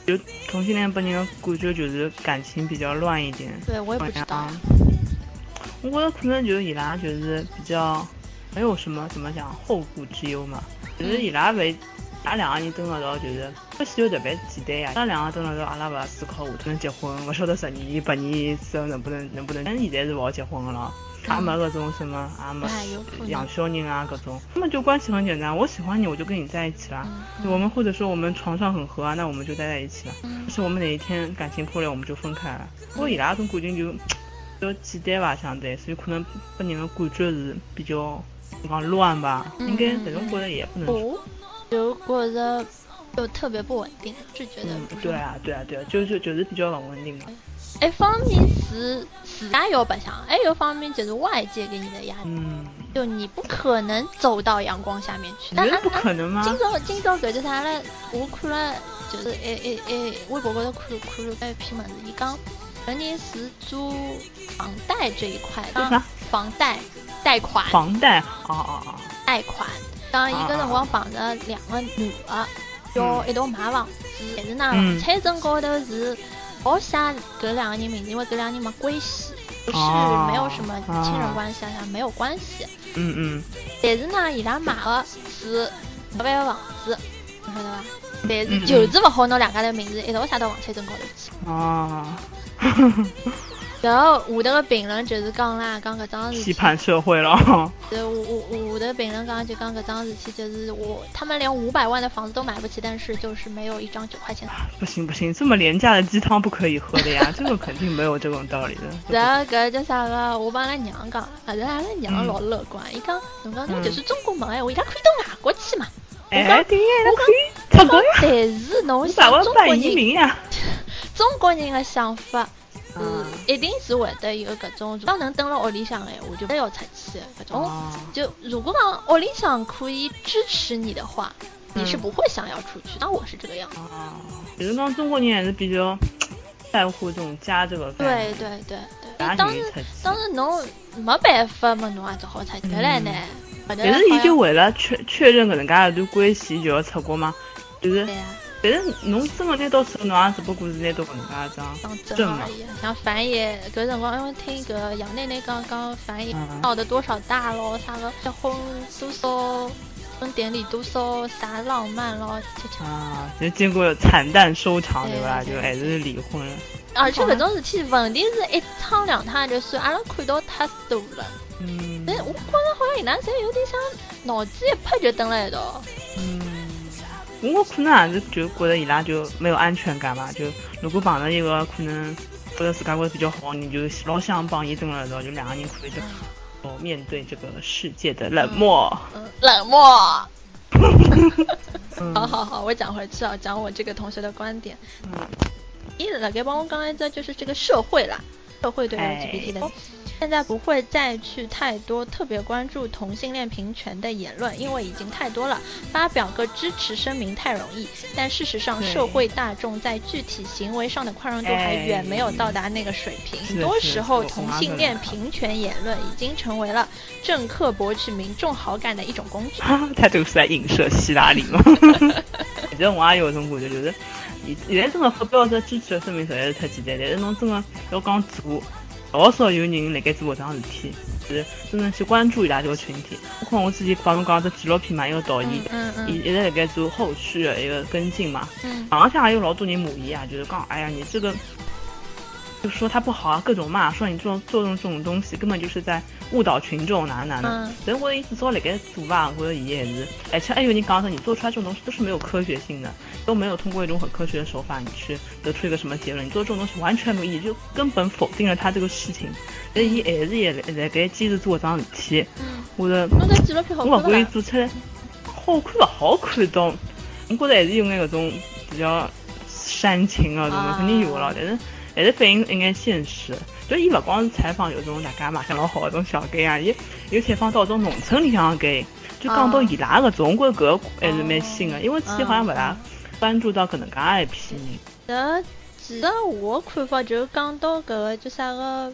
就同性恋本人的感觉就是感情比较乱一点。 对，我也不知道。 我觉得可能就是伊拉就是比较没有什么怎么讲后顾之忧嘛，就是伊拉为咱两个人蹲了到就是欢喜就特别简单呀。咱两个蹲了到阿拉勿思考下头能结婚，勿晓得十年八年之后能不能能不能。但现在是勿好结婚的了。也没搿种什么，也没养小人啊，各种。那么就关系很简单，我喜欢你，我就跟你在一起了。嗯、我们或者说我们床上很合啊，那我们就待在一起了。嗯、就是我们哪一天感情破裂，我们就分开了。不过伊拉种感情就比较简单吧，相对，所以可能给人的感觉是比较讲乱吧。应该这种觉得也不能说。 就觉得就特别不稳定，是觉得、 嗯。对啊，对啊，对啊，就就就是比较不稳定嘛。 一方面是自家要白相，还有一方面就是外界给你的压力。嗯，就你不可能走到阳光下面去。 那不可能吗？ 今朝今朝搿叫啥嘞？我看了就是诶诶诶，微博高头看看了一篇文字，伊讲搿人是做房贷这一块， 啥？ 房贷贷款。 房贷，哦哦哦。 贷款，当伊搿辰光帮着两个女的，要一道买房子，但是呢，房产证高头是。我写搿两个人名字，因为搿两个人没关系，不是、哦、没有什么亲人关系啊，哦、没有关系。 嗯嗯。 但是呢，伊拉买的是搿万个房子，你晓得伐？但是就是勿好拿两家头名字一道写到房产证高头去。 哦。 然后下头个评论就是讲啦，讲搿桩事体。 批判社会了。 对，下下头评论讲就讲搿桩事体，就是我他们连五百万的房子都买不起，但是就是没有一张九块钱的。 不行不行，这么廉价的鸡汤不可以喝的呀，这个肯定没有这种道理的。 然后搿叫啥个？我帮阿拉娘讲，反正阿拉娘老乐观，伊讲侬讲侬就是中国门闲话，伊拉可以到外国去嘛。 哎，对呀，我可以出国呀。 但是侬想中国人，中国人的想法。嗯，一定是会得有搿种，如果能蹲辣屋里向的闲话，就不要出去搿种。哦、就如果讲屋里向可以支持你的话，你是不会想要出去。那、嗯、我是这个样子。啊，比如讲中国人还是比较在乎这种家这个。 对对对对。当时当时侬没办法嘛，侬也只好出去来呢。 但是伊就为了确确认搿能介一段关系就要出国嘛，就是。对呀、啊。但是侬真的拿到手，侬也只不过是拿到搿能介张证嘛。 像樊爷搿辰光，因为听搿杨奶奶刚刚樊爷闹的多少大咯，啥个结婚多少，婚典礼多少啥浪漫咯， 啊，就经过惨淡收场，对吧？就还是离婚了。 而且搿种事体问题是一趟两趟就算，阿拉看到太多了。嗯。但我觉着好像伊拉侪有点像脑子一拍就蹲辣一道。 嗯。我可能还是就觉得伊拉就没有安全感嘛，就如果碰到一个可能觉得自家觉得比较好，你就老想帮伊蹲了之后，就两个人可以就哦面对这个世界的冷漠， 嗯嗯、冷漠。好好好，我讲回去啊，讲我这个同学的观点。嗯，一了给帮我刚才这就是这个社会啦，社会对 L G B T 的。哎现在不会再去太多特别关注同性恋平权的言论，因为已经太多了，发表个支持声明太容易，但事实上社会大众在具体行为上的宽容度还远没有到达那个水平，很多时候同性恋平权言论已经成为了政客博取民众好感的一种工具。 他这个是在影射希拉里吗？其实我也有一种感觉，就是现在真的发表这支持的声明实在是太简单，但是侬真的要讲做老少有人辣盖做搿桩事体，是真正去关注伊拉这个群体。包括我之前帮侬讲只纪录片嘛，一个导演，嗯嗯，一直辣盖做后续的一个跟进嘛。嗯。网上向还有老多人骂伊啊，就是讲，哎呀，你这个，就说他不好啊，各种骂，说你这种做这种东西根本就是在误导群众，哪哪哪。嗯。但是我的意思说，辣盖做吧，或者伊还是，而且还有人讲说，你做出来这种东西都是没有科学性的。都没有通过一种很科学的手法，你去得出一个什么结论？你做这种东西完全没有意义，就根本否定了他这个事情。但伊还是也在该坚持做这桩事体。我的，我不管伊做出来好看不好看到，我觉得还是有眼搿种比较煽情啊，这种肯定有了，但是还是反映应该现实。就伊不光是采访有种大家嘛，像老好的种小 gay 啊，也有采访到种农村里向的 gay， 就讲到伊拉搿种，我觉得搿还是蛮新的，因为之前好像勿大关注到搿能介一批人。 呃，其实我看法就讲到搿个就啥个平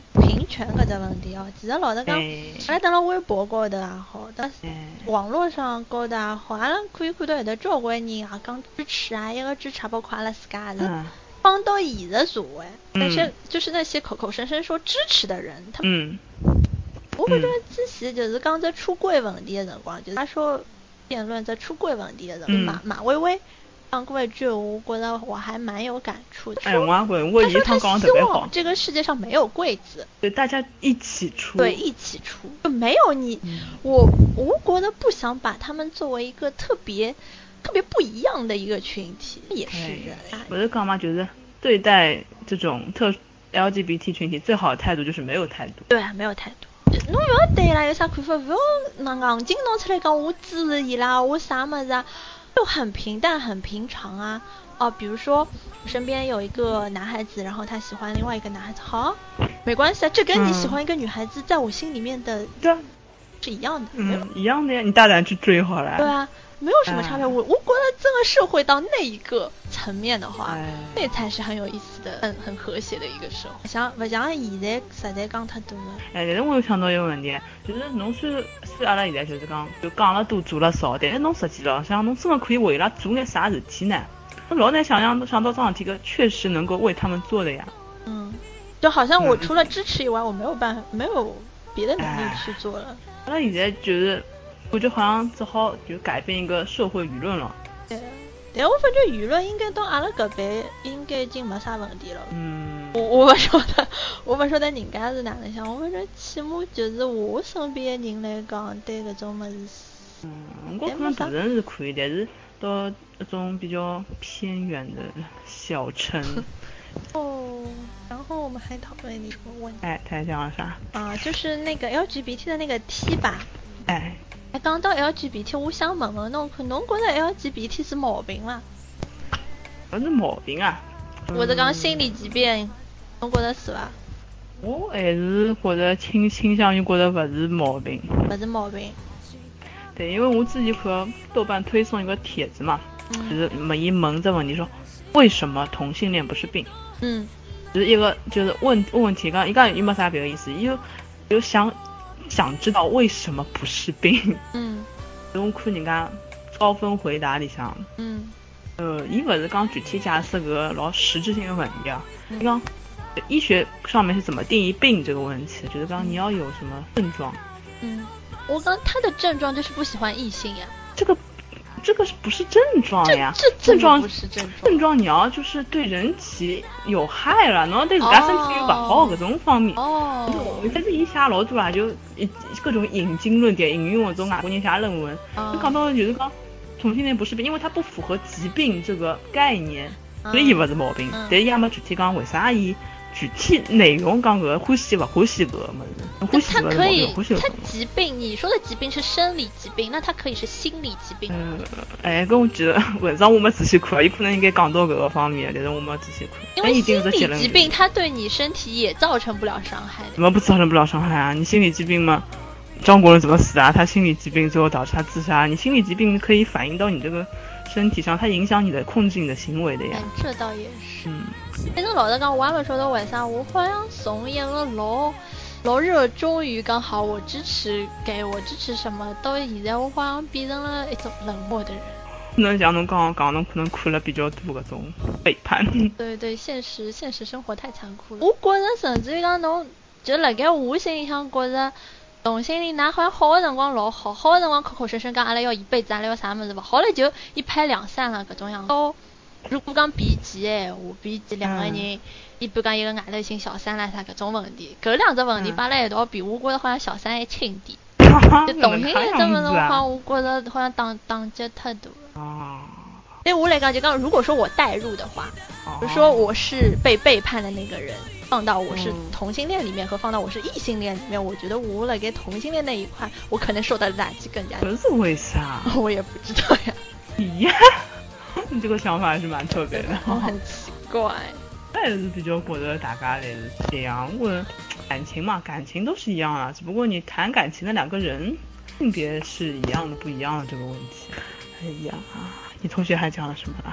权搿只问题哦，其实老实讲，阿拉等辣微博高头也好，等网络上高头也好，阿拉可以看到有的交关人也讲支持啊，一个支持，包括阿拉自家也是放到现实社会，但是就是那些口口声声说支持的人，他们，我觉得之前就是讲这出柜问题的辰光，就是他说辩论在出柜问题的辰光，马马薇薇。讲过一句，我觉得我还蛮有感触的。 哎，我也会，我一趟讲得特别好。 这个世界上没有柜子， 对，大家一起出。 对，一起出，就没有你。嗯、我我觉得不想把他们作为一个特别特别不一样的一个群体，也是人。 我是讲嘛，就是对待这种特 L G B T 群体最好的态度就是没有态度。 对啊，没有态度。侬不要对伊拉有啥看法，不要那硬劲拿出来讲我支持伊拉，我啥么子啊。就很平淡很平常啊，哦、呃，比如说我身边有一个男孩子，然后他喜欢另外一个男孩子，好，没关系啊，这跟你喜欢一个女孩子，在我心里面的对、嗯、是一样的， 嗯，一样的呀，你大胆去追好了。 对啊，没有什么差别。哎、我我觉得这个社会到那一个层面的话，哎、那才是很有意思的、很很和谐的一个社会。像不像现在实在讲太多了。 哎，但是我有想到一个问题，就是侬虽虽阿拉现在就是讲就讲了多做了少，但是侬实际浪向侬真的可以为伊拉做点啥事体呢？我老难想象想到这样体个确实能够为他们做的呀。 嗯，就好像我除了支持以外，嗯、我没有办法没有别的能力去做了。 阿拉现在觉得。我就好像只好就改变一个社会舆论了。 对，但我发觉舆论应该到阿拉搿辈应该已经没啥问题了。嗯，我我不晓得，我不晓得人家是哪能想。我发觉起码就是我身边的人来讲，对搿种物事， 嗯，我可能大城市可以，但是到那种比较偏远的小城。 哦，然后我们还讨论一个问题。 哎，他讲了啥？ 啊，就是那个 L G B T 的那个 T 吧。 哎。 讲到 L G B T， 我想问问侬，侬觉得 L G B T 是毛病吗？ 不是毛病啊， 或者讲心理疾病，侬觉得是伐？ 我还是觉得倾倾向于觉得不是毛病。 不是毛病。 对，因为我自己和豆瓣推送一个帖子嘛，嗯、就是每一问这问题说，为什么同性恋不是病？嗯，就是一个就是问问问题，刚一个也没啥别的意思，因为就想。想知道为什么不是病？嗯，我看人家高分回答里向，嗯，呃，伊不是讲具体解释个老实质性的问题啊，你讲、嗯、医学上面是怎么定义病这个问题？就是讲你要有什么症状？ 嗯，我刚他的症状就是不喜欢异性呀。 这个。这个是不是症状呀？ 这这症状不是症状。 症状你要就是对人体有害了，然后对自家身体又不好，各种方面。哦。但是伊写老多啦，就各种引经论典，引用我种外国人写论文。哦。就讲到就是讲同性恋不是病，因为它不符合疾病这个概念，所以伊不是毛病。嗯、但伊也没具体讲为啥伊具体内容讲个欢喜不欢喜个么子。欢喜个可以，它疾病，你说的疾病是生理疾病，那它可以是心理疾病。 嗯，哎，跟我记得文章我没仔细看，有可能应该讲到搿个方面，但是我没仔细看。 因为心理疾病它对你身体也造成不了伤害。 怎么不造成不了伤害啊？你心理疾病吗？张国荣怎么死啊？他心理疾病最后导致他自杀。你心理疾病可以反映到你这个身体上，它影响你的控制你的行为的呀。 嗯、这倒也是。嗯。但是老实讲，我也不晓得为啥，我好像从一个老老热衷于刚好我支持给我支持什么，到现在我好像变成了一种冷漠的人。 能像侬刚刚讲，侬可能看了比较多搿种背叛。 对对，现实现实生活太残酷了。我觉着甚至于讲侬，就辣盖我心里向觉着。同性恋㑚好像好的辰光老好，好的辰光口口声声讲阿拉要一辈子，阿拉要啥么子勿好了就一拍两散了搿种样子。哦，如果讲比肩闲话，比肩两个人，一般讲一个外头寻小三啦啥搿种问题，搿两只问题摆辣一道比，我觉着好像小三还轻点。就同性恋这么的话，我觉着好像打打击太多了。哦。对我来讲，就刚如果说我代入的话，比如说我是被背叛的那个人。放到我是同性恋里面和放到我是异性恋里面，我觉得我来给同性恋那一块，我可能受到的打击更加。 这是为啥？ 我也不知道呀。 呀，你这个想法还是蛮特别的。 我很奇怪。 还是比较觉得大家也是这样。我感情嘛，感情都是一样啊，只不过你谈感情的两个人性别是一样的不一样的这个问题。哎呀，你同学还讲了什么啊？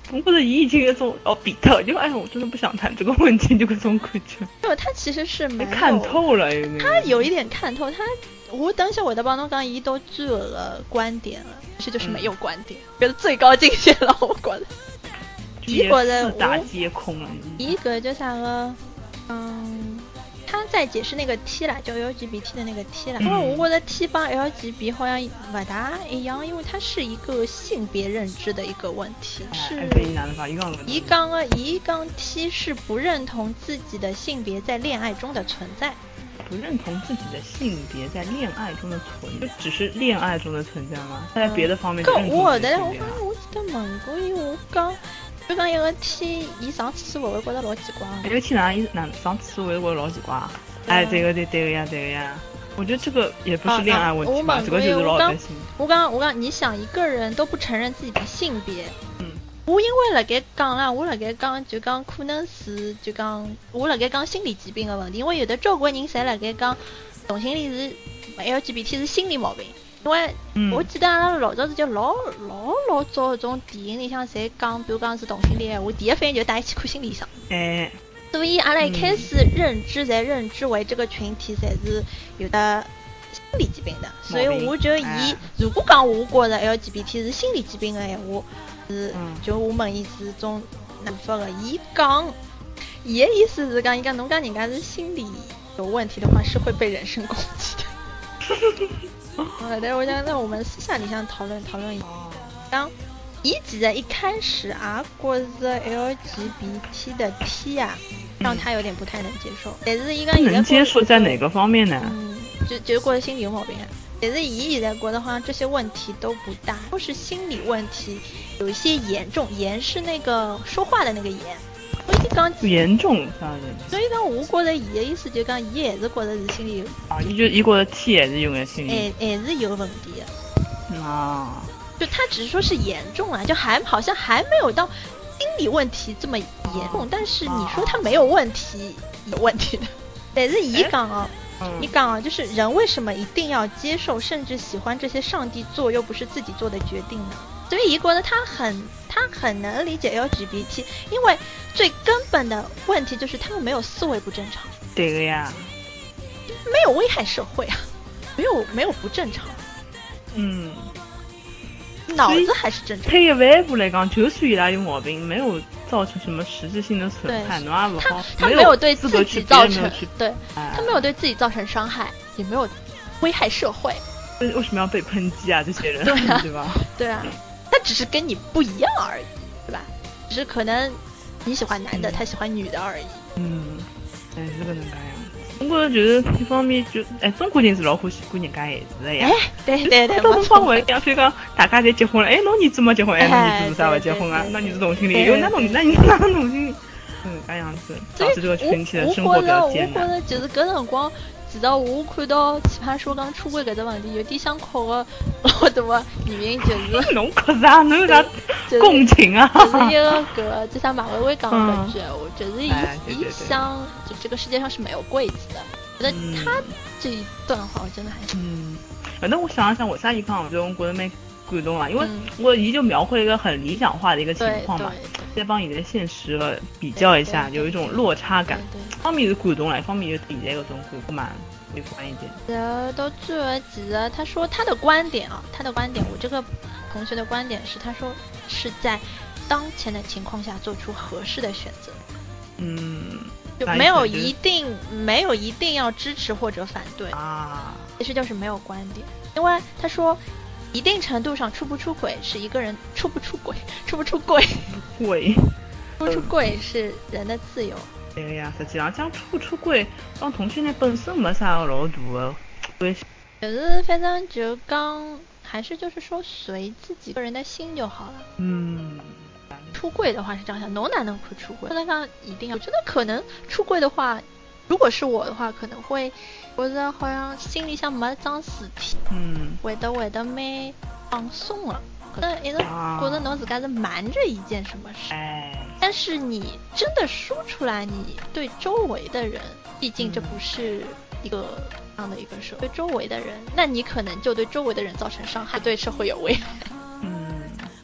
我觉得伊已经有种哦比特，就哎，我真的不想谈这个问题，就这种感觉。 对，他其实是没看透了，有点。 他有一点看透他。我等下我的帮侬讲，伊都具有了观点了，其实就是没有观点，觉得最高境界了，我觉得。伊觉得四大皆空了。 伊个叫啥个？嗯，他在解释那个 T 啦，就 L G B T 的那个 T 啦。因为我觉得 T 帮 L G B T 好像不大一样，因为它是一个性别认知的一个问题。是。伊讲个伊讲 T 是不认同自己的性别在恋爱中的存在。 不认同自己的性别在恋爱中的存在，就只是恋爱中的存在吗？他在别的方面就认同我的，我刚我记得问过伊，我讲就讲一个 T， 伊上厕所会觉得老奇怪。 一个 T 哪伊哪上厕所会觉得老奇怪？哎，这个对对个呀，对个呀。我觉得这个也不是恋爱问题吧，这个就是老担心。 我刚我刚，你想一个人都不承认自己的性别，嗯。我因为辣盖讲啦，我辣盖讲就讲可能是就讲我辣盖讲心理疾病的问题，因为有的交关人侪辣盖讲同性恋是 L G B T 是心理毛病，因为我记得阿拉老早子就老老老早搿种电影里向侪讲，比如讲是同性恋，我第一反应就带伊去看心理医生。 哎， 所以阿拉一开始认知侪认知为这个群体侪是有的心理疾病的，所以我觉得伊如果讲我觉得 L G B T 是心理疾病的闲话。是，就我问伊是种哪法个？伊讲，伊的意思是讲，伊讲侬讲人家是心理有问题的话，是会被人身攻击的。好的，我想那我们私下里向讨论讨论一下。当伊其实一开始啊，觉着 L G B T 的 T 啊，让他有点不太能接受。但是伊讲能接受在哪个方面呢？ 嗯，就就觉得心理有毛病啊。但是伊现在觉得好像这些问题都不大，都是心理问题，有一些严重。严是那个说话的那个严。我已经讲严重， 所以讲我觉得伊的意思就讲，伊也是觉得是心理有啊，伊就伊觉得 T 也是用的心理， 还还是有问题的啊。 就他只是说是严重啊，就还好像还没有到心理问题这么严重，啊、但是你说他没有问题，有问题的。但是伊讲啊。你讲啊，就是人为什么一定要接受甚至喜欢这些上帝做又不是自己做的决定呢？所以伊觉得他很他很能理解 L G B T， 因为最根本的问题就是他们没有思维不正常。 对的呀， 没有危害社会啊，没有没有不正常。嗯，脑子还是正常。 退一万步来讲，就算伊拉有毛病，没有造成什么实质性的损害，侬也不好。 他没有对自己造成，对，他没有对自己造成伤害，也没有危害社会。 为什么要被抨击啊？这些人， 对啊， 对吧？ 对啊，他只是跟你不一样而已，对吧？只是可能你喜欢男的，他喜欢女的而已。 嗯，哎，这个能干呀。中国就是一方面就，哎，中国人是老欢喜管人家孩子的呀。 哎，对对对， 到东方会讲，所以讲大家侪结婚了，哎，侬儿子没结婚，哎，侬儿子为啥不结婚啊？那你是同性恋，哟，那侬那你那同性恋，嗯，这样子，导致这个群体的生活比较艰难。 我觉得就是搿辰光，直到我看到奇葩说讲出轨搿只问题，有点想哭个老大个原因就是， 侬哭啥？侬有啥共情啊？ 就是一个搿就像马薇薇讲搿句，我就是伊伊想，就这个世界上是没有柜子的。我觉得他这一段话我真的还是， 嗯，反正我想了想，我啥一看，我就觉得蛮感动啊，因为我姨就描绘了一个很理想化的一个情况嘛，再帮你的现实比较一下，有一种落差感。一方面是感动了，一方面又底在搿种感蛮悲观一点。 呃，到最后几个，他说他的观点啊，他的观点，我这个同学的观点是，他说是在当前的情况下做出合适的选择。 嗯。 就没有一定没有一定要支持或者反对啊， 其实就是没有观点。因为他说，一定程度上出不出轨是一个人出不出轨，出不出轨， 轨， 出不出轨是人的自由。 对呀，实际上讲出不出轨，帮同性恋本身没啥老大的关系。 就是反正就刚还是就是说随自己个人的心就好了。 嗯。 出柜的话是这样想，侬哪能会出柜？那刚一定要，我觉得可能出柜的话，如果是我的话，可能会觉得好像心里像没桩事体， 嗯， 会得会得蛮放松了，可能一直觉得侬自家是瞒着一件什么事， 哎， 但是你真的说出来，你对周围的人，毕竟这不是一个这样的一个社会，对周围的人，那你可能就对周围的人造成伤害，对社会有危害。 嗯，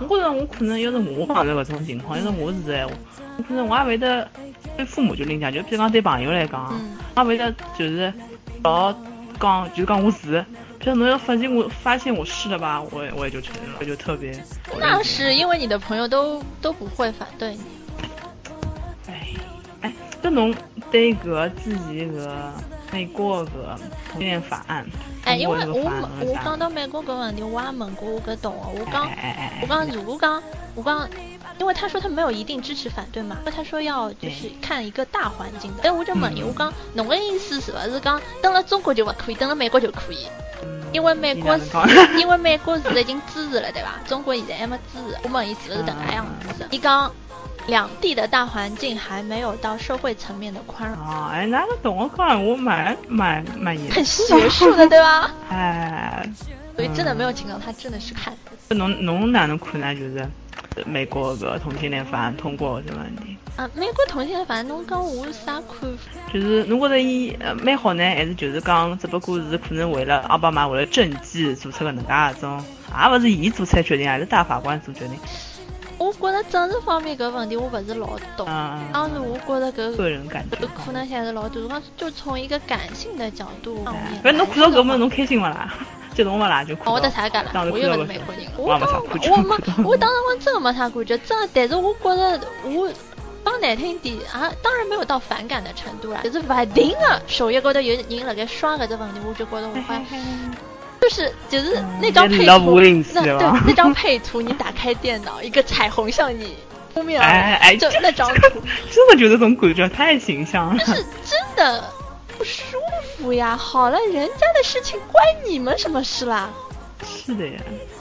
我觉着我可能要是我碰着搿种情况，要是我是闲话，我可能我也会得对父母就另讲，就譬如讲对朋友来讲， 嗯、 我会得就是老讲，就是讲我是。比如侬要发现我发现我是的吧，我我也就承认了，我就特别。 那是因为你的朋友都都不会反对你。 哎哎，这侬对搿之前搿美国搿同性恋法案， 哎，因为我我讲到美国搿问题，我也问过我搿同学，我讲我讲如果讲我讲。因为他说他没有一定支持反对嘛，因为他说要就是看一个大环境的。但我就问伊，我讲侬个意思是不是讲登了中国就不可以，登了美国就可以？因为美国是，因为美国是已经支持了，对吧？中国现在还没支持。我问伊是不是这个样子？伊讲两地的大环境还没有到社会层面的宽容。 啊，哎，那个同学讲我蛮蛮蛮严， 很学术的，对吧？ 哎， 所以真的没有情况，他真的是看。 侬侬哪能看呢？就是美国个同性恋法案通过这问题啊？美国同性恋法案，侬讲我是啥看法？ 就是侬觉得伊呃蛮好呢，还是就是讲只不过是可能为了奥巴马为了政绩做出个能介一种，也勿是伊做出来决定，还是大法官做决定？ 我觉得政治方面搿问题我勿是老懂，当然我觉得搿个人感觉可能性是老大。我讲就从一个感性的角度方面， 反正侬看到搿么侬开心勿啦？激动勿啦？就我得啥干了？我又勿是美国人， 我没啥感觉。 我没，我当时我真的没啥感觉，真的。但是我觉得我讲难听点啊，当然没有到反感的程度啦，就是勿定的。首页高头有人辣盖刷搿只问题，我就觉得我快。就是就是那张配图，那对那张配图，你打开电脑，一个彩虹向你扑面而来，就那张图， 真的觉得这种感觉太形象了。 但是真的不舒服呀！好了，人家的事情关你们什么事啦？ 是的呀。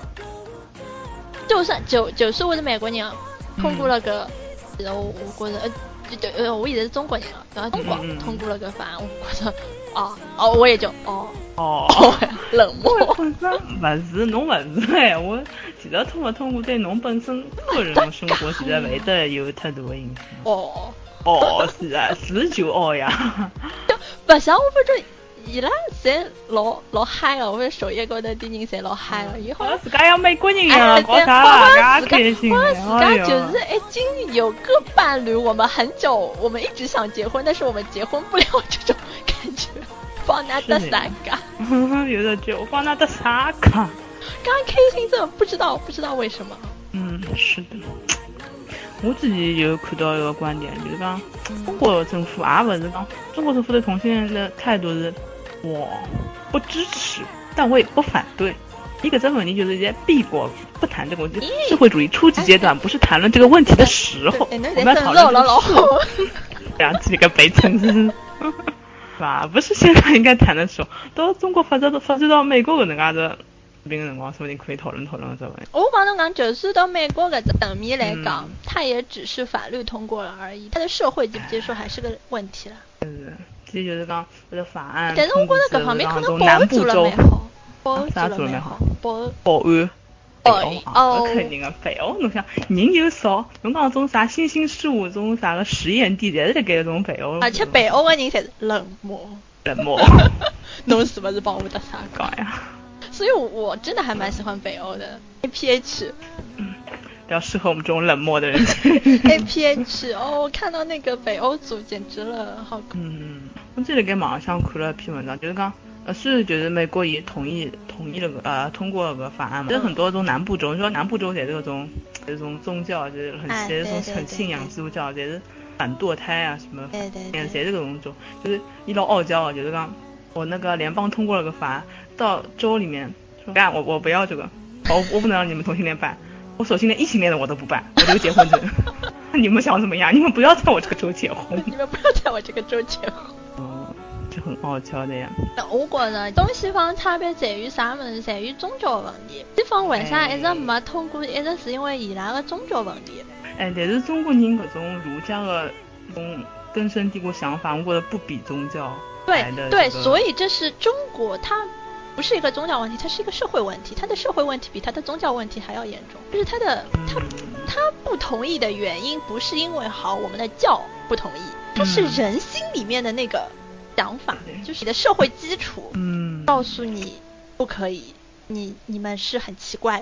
就算九九十五的美国人通过了个，我我觉得呃呃，我以为是中国人啊，然后中国通过了个法案，我觉得哦哦，我也就哦。 哦， 冷漠。 勿是，侬勿是哎，我其实通勿通过对侬本身个人的生活，其实会得有太大的影响。 哦， 哦，是啊，是就哦呀。 不像我不觉伊拉侪老老嗨了，我们首页高头啲人侪老嗨了，以后自家像美国人一样，搞啥啦？介开心。 我自家就是已经有个伴侣，我们很久，我们一直想结婚，但是我们结婚不了这种感觉。帮他的啥噶？ 有的就我帮他的啥噶？ 刚开心这不知道不知道为什么。 嗯，是的。我自己有看到一个观点，就是讲中国政府也不是讲中国政府对同性恋的态度是我不支持，但我也不反对。一个这个问题就是在避过不谈这个问题。社会主义初级阶段不是谈论这个问题的时候，我们要讨论的是想起一个悲惨事。吧，不是现在应该谈的时候，到中国发展到发展到美国搿能介的病的辰光，说不定可以讨论讨论这问题。 我帮侬讲，就是到美国搿只层面来讲，嗯、它也只是法律通过了而已，它的社会接不接受还是个问题了。 是，这就是讲这个法案。 但是我觉得搿方面可能保安做了蛮好，保安做了蛮好，保保安。 哦哦，肯定个废哦！侬想人又少，侬讲种啥新兴事物，种啥个实验地，侪是辣盖种北欧。 而且北欧的人才是冷漠， 冷漠。 侬是不是帮我打啥搞呀？ 所以我，我真的还蛮喜欢北欧的 A P H。 嗯，比较适合我们这种冷漠的人。 A P H 哦，我看到那个北欧组简直了，好。 嗯，我记得在网上看了一篇文章，就是讲。呃，是就是美国也同意同意了个呃通过了个法案嘛，就是很多种南部州，你说南部州在这种这种宗教就是很这种很信仰基督教，也是反堕胎啊什么， 对对对， 谁这种州，就是一到傲娇，就是讲我那个联邦通过了个法案，到州里面说干我我不要这个，我我不能让你们同性恋办，我索性连异性恋的我都不办，我就结婚证。你们想怎么样？你们不要在我这个州结婚， 你们不要在我这个州结婚。 就很傲娇的呀。 我觉着东西方差别在于啥么子？在于宗教问题。西方为啥一直没通过？一直是因为伊拉的宗教问题。 哎，但是中国人搿种儒家的这种根深蒂固想法，我觉得不比宗教来的、这个。 对对，所以这是中国，它不是一个宗教问题，它是一个社会问题。它的社会问题比它的宗教问题还要严重。就是它的它它不同意的原因，不是因为好我们的教不同意，它是人心里面的那个。想法就是你的社会基础，嗯，告诉你不可以，你你们是很奇怪的，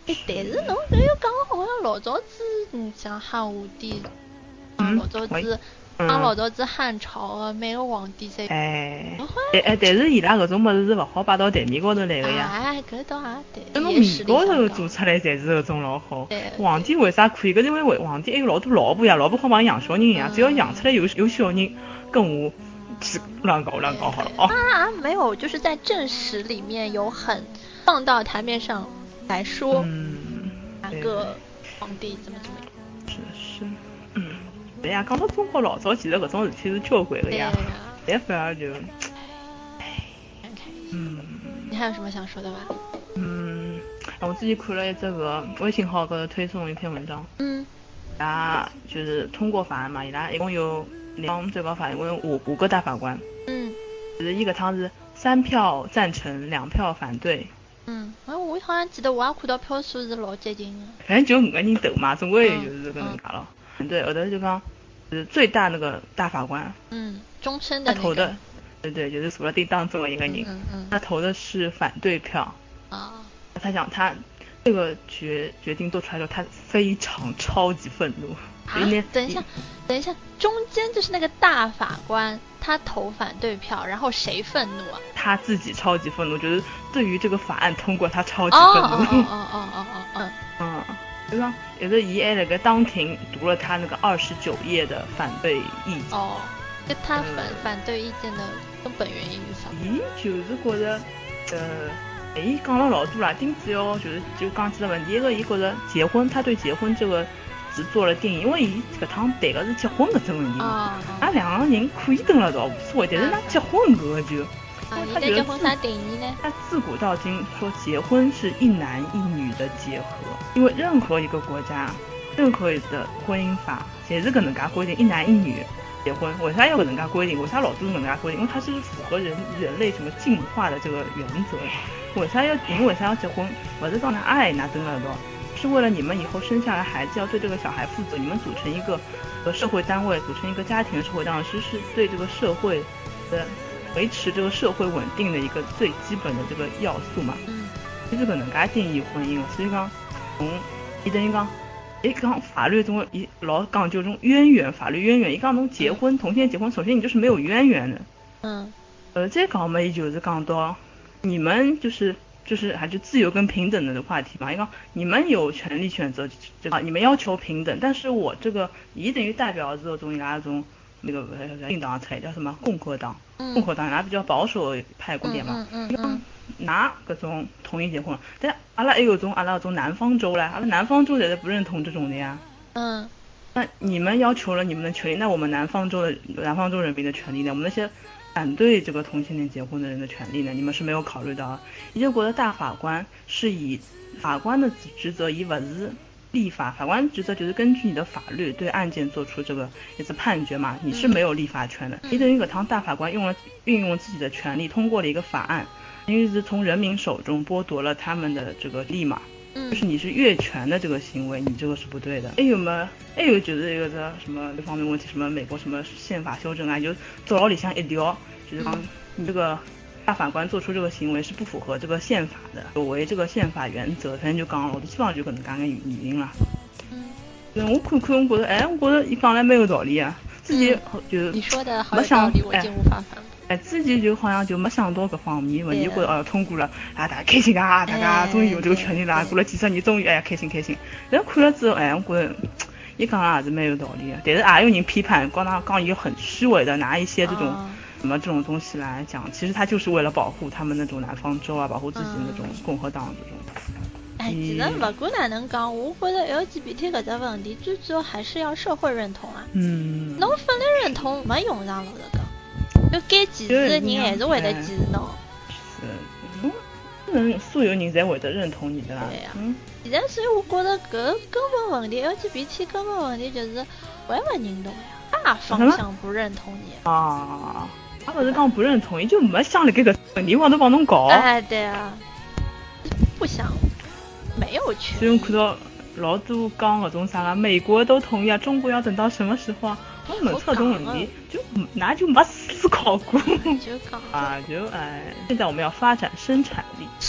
哎，但是侬搿又讲好像老早子，你像汉武帝， 嗯， 老早子。讲老早子汉朝个每个皇帝侪哎哎哎，但是伊拉搿种物事是勿好摆到台面高头来个呀。 哎，搿倒也对。 搿种面高头做出来才是搿种老好。皇帝为啥可以？搿是因为皇帝还有老多老婆呀，老婆好帮养小人一样，只要养出来有有小人，跟我去乱搞乱搞好了哦。 啊，没有，就是在正史里面有很放到台面上来说， 嗯， 哪个皇帝怎么怎么样。 是是，嗯。对呀，讲到中国老早其实搿种事体是交关个呀，但反而就，唉，嗯， 你还有什么想说的吧？ 嗯，我自己看了一这个微信号高头推送一篇文章， 嗯， 伊拉就是通过法案嘛，伊拉一共有两最高法院一共有五五个大法官， 嗯， 就是一个趟是三票赞成，两票反对。 嗯，哎，我好像记得我也看到票数是老接近的。 反正就五个人投嘛，总归就是搿能介咯。反对，后头就讲。就是最大那个大法官， 嗯，终身的、那个、 他投的，对对，就是所定当中的一个人， 嗯嗯， 他投的是反对票啊。 他讲他这个决决定做出来之后，他非常超级愤怒。 啊，等一下，等一下，中间就是那个大法官，他投反对票，然后谁愤怒啊？ 他自己超级愤怒，就是对于这个法案通过，他超级愤怒。 哦哦哦哦哦哦哦， 嗯。就讲有的伊还那个当庭读了他那个二十九页的反对意见。 哦，就他反、呃、反对意见的根本原因是啥？ 伊就是觉得，呃，伊讲了老多啦，顶主要就是就讲几个问题。一个伊觉得结婚，他对结婚这个只做了定义，因为伊搿趟谈个是结婚搿只问题嘛。啊，两个人可以蹲辣道无所谓，但是那结婚搿个就。 啊，你对结婚啥定义呢？ 他自古到今说结婚是一男一女的结合，因为任何一个国家、任何的婚姻法，侪是搿能介规定一男一女结婚。为啥要搿能介规定？为啥老多搿能介规定？因为它是符合人人类什么进化的这个原则。为啥要你们为啥要结婚？不是讲拿爱拿登了多，是为了你们以后生下来孩子要对这个小孩负责。你们组成一个呃社会单位，组成一个家庭社会单位，其实是对这个社会的。维持这个社会稳定的一个最基本的这个要素嘛， 嗯， 其实搿能介定义婚姻了，所以讲，从伊等于讲，伊讲法律中伊老讲究种渊源，法律渊源，伊讲侬结婚同性结婚，首先你就是没有渊源的， 嗯， 呃，再讲嘛，伊就是讲到你们就是就是还是自由跟平等的话题嘛，伊讲你们有权利选择这个，你们要求平等，但是我这个伊等于代表这种伊拉种。那个政党出来叫什么共和党， 嗯、 共和党伊拉比较保守派观点嘛， 嗯嗯嗯， 拿搿种同意结婚，但阿拉还有种阿拉种南方州嘞，阿拉南方州侪是不认同这种的呀， 嗯， 那你们要求了你们的权利，那我们南方州的南方州人民的权利呢？我们那些反对这个同性恋结婚的人的权利呢？你们是没有考虑到，一国的大法官是以法官的职责，以不是。立法法官职责就是根据你的法律对案件做出这个一次判决嘛，你是没有立法权的。你等于搿趟大法官用了运用自己的权利通过了一个法案，等于是从人民手中剥夺了他们的这个利嘛，就是你是越权的这个行为，你这个是不对的。还有嘛，还有就是一个什么这方面问题，什么美国什么宪法修正案，就走牢里向一条，就是讲你这个。大法官做出这个行为是不符合这个宪法的，有违这个宪法原则，反正就讲了，我基本上就搿能介个原因啦。嗯，我看看，我觉得，哎，我觉得伊讲来蛮有道理啊。自己就你说的好有道理，我竟无法反驳。 哎，自己就好像就没想到搿方面问题，觉得哦通过了，啊大家开心啊，大家终于有这个权利了，过了几十年终于哎开心开心。然后看了之后，哎，我觉得伊讲也是蛮有道理的，但是也有人批判，讲他讲伊很虚伪的拿一些这种。什么这种东西来讲，其实他就是为了保护他们那种南方州啊，保护自己那种共和党这种。 哎、嗯，其实不管哪能讲，我觉得 L G B T 搿只问题，最主要还是要社会认同啊。 嗯。 侬分类认同没用上，老实讲，就该歧视的人还是会得歧视侬。 是，嗯，嗯，所有人侪会得认同你的啦。 对呀、啊。 嗯。 现在所以我觉得搿根本问题 ，L G B T 根本问题就是为勿认同呀，大方向不认同你。 啊。他不是讲不认同，伊就没想了这个问题往头帮侬搞。 哎，对啊，不想，没有权。 所以我看到老多讲那种啥个，美国都同意啊，中国要等到什么时候啊？我问出这种问题，就那就没思考过。 就讲啊，就哎，现在我们要发展生产力，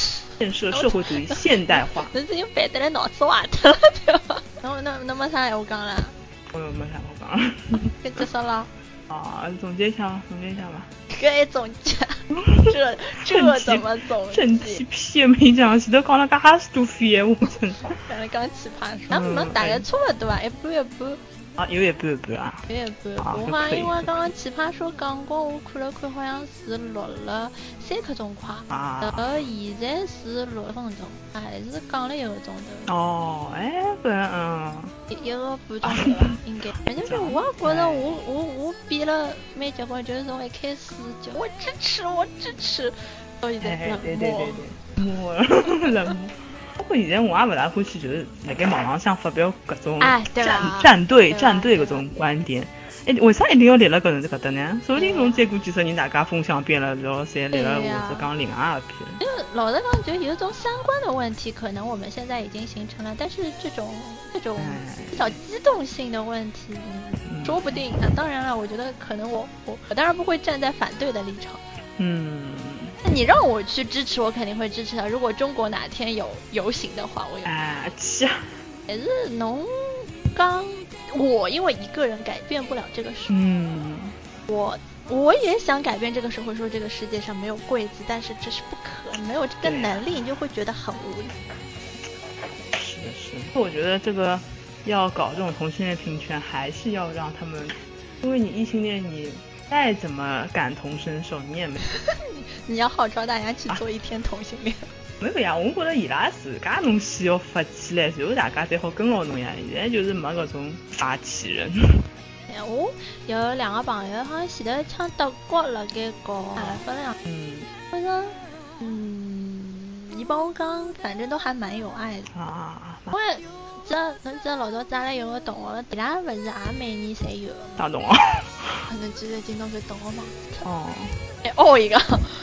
建设社会主义现代化。 那是因烦得来脑子坏脱了，对吧？那那那没啥闲话讲了。 我又没啥好讲了。 该结束了。 啊，总结一下吧，总结一下吧。 该总结。这这怎么总结？ 正气屁没讲，前头讲了介许多废话，真是。 刚才讲奇葩说，那我们大概差不多啊，一半一半。 啊，有一半一半啊。 有一半一半。我好像因为刚刚奇葩说讲过，我看了看，好像是录了三刻钟快，然后现在是六分钟，还是讲了一个钟头。 哦，哎，不然嗯。 一个半钟头吧，应该。反正我觉得我我我比了没结果，就是从一开始就我支持我支持，到现在冷漠。 冷漠，冷漠。包括现在我也不大欢喜，就是辣盖网浪向发表各种站站队站队各种观点。哎，为啥一定要立了搿能搿搭呢？说不定侬再过几十年，大家风向变了，然后侪立了或者讲另外一批。 因为老实讲，就有一种相关的问题，可能我们现在已经形成了，但是这种这种比较机动性的问题，嗯、说不定啊。当然了，我觉得可能我我我当然不会站在反对的立场。 嗯。 你让我去支持，我肯定会支持的。如果中国哪天有游行的话，我也啊，切， 也是侬刚我因为一个人改变不了这个社会， 嗯， 我我也想改变这个社会，说这个世界上没有柜子，但是这是不可能，没有这个能力，你就会觉得很无语。 是的，是的。我觉得这个要搞这种同性恋平权，还是要让他们，因为你异性恋，你再怎么感同身受，你也没。 你要号召大家去做一天同性恋？啊、 没有呀，我觉得伊拉自家东西要发起来，然后大家才好跟牢侬呀。现在就是没搿种发起人。 哎，我有两个朋友，好像前头唱德国辣盖搞阿拉伯两， 嗯， 我说，嗯，伊帮我讲，反正都还蛮有爱的啊。 因为这侬这老早咱拉有个同学，伊拉勿是也每年侪有的吗？ 大同学。 可能记得今朝是同学忘记脱。 哦。 哎，哦一个。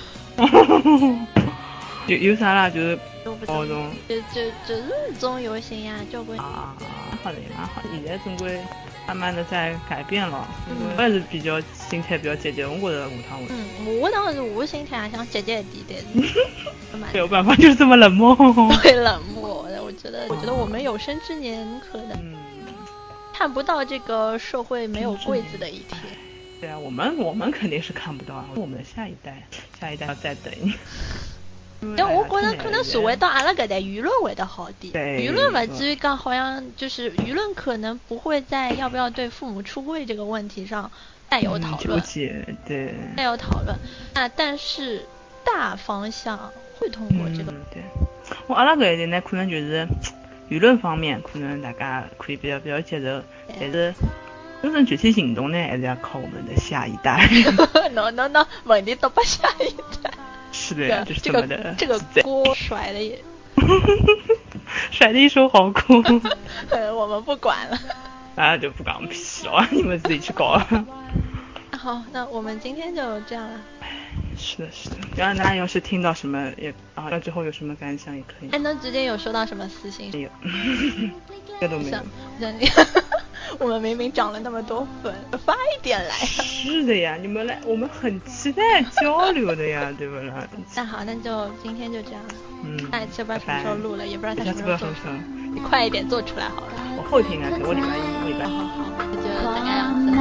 有有啥啦？就是高中，就就就是总游行呀，交关啊，好的蛮好。现在总归慢慢的在改变了，嗯、我也是比较心态比较积极。我觉得下趟会， 嗯，我当时我心态还想积极一点，但是没有办法，就是这么冷漠， 对冷漠。我觉得，我觉得我们有生之年可能看不到这个社会没有柜子的一天。 对啊，我们我们肯定是看不到啊，我们的下一代，下一代要再等。 因为我觉得可能社会到阿拉搿代舆论会得好点，舆论勿至于讲好像就是舆论可能不会在要不要对父母出柜这个问题上带有讨论， 嗯、对， 带有讨论。那但是大方向会通过这个。 嗯、对，我阿拉搿一代呢，可能就是舆论方面可能大家可以比较比较接受，但是。真正具体行动呢，还是要靠我们的下一代。 no no no， 问题都不下一代。 是的呀，就是这么的。 这个锅甩的也， 甩的一手好锅。 呃，我们不管了。 那就不讲屁了，你们自己去搞。 好，那我们今天就这样了。 是的，是的。然后大家要是听到什么也啊，到之后有什么感想也可以。 哎，那之间有收到什么私信？ 没有，这都没有。 我们明明涨了那么多粉，发一点来。 是的呀，你们来，我们很期待交流的呀，对不啦？ 那好，那就今天就这样。嗯，下一期不知道什么时候录了，也不知道他什么时候做出来。你快一点做出来好了。 我后天应该是，我礼拜一，我礼拜一。 好好，那就这个样子。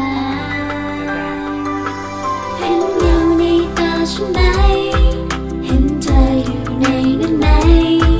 拜拜。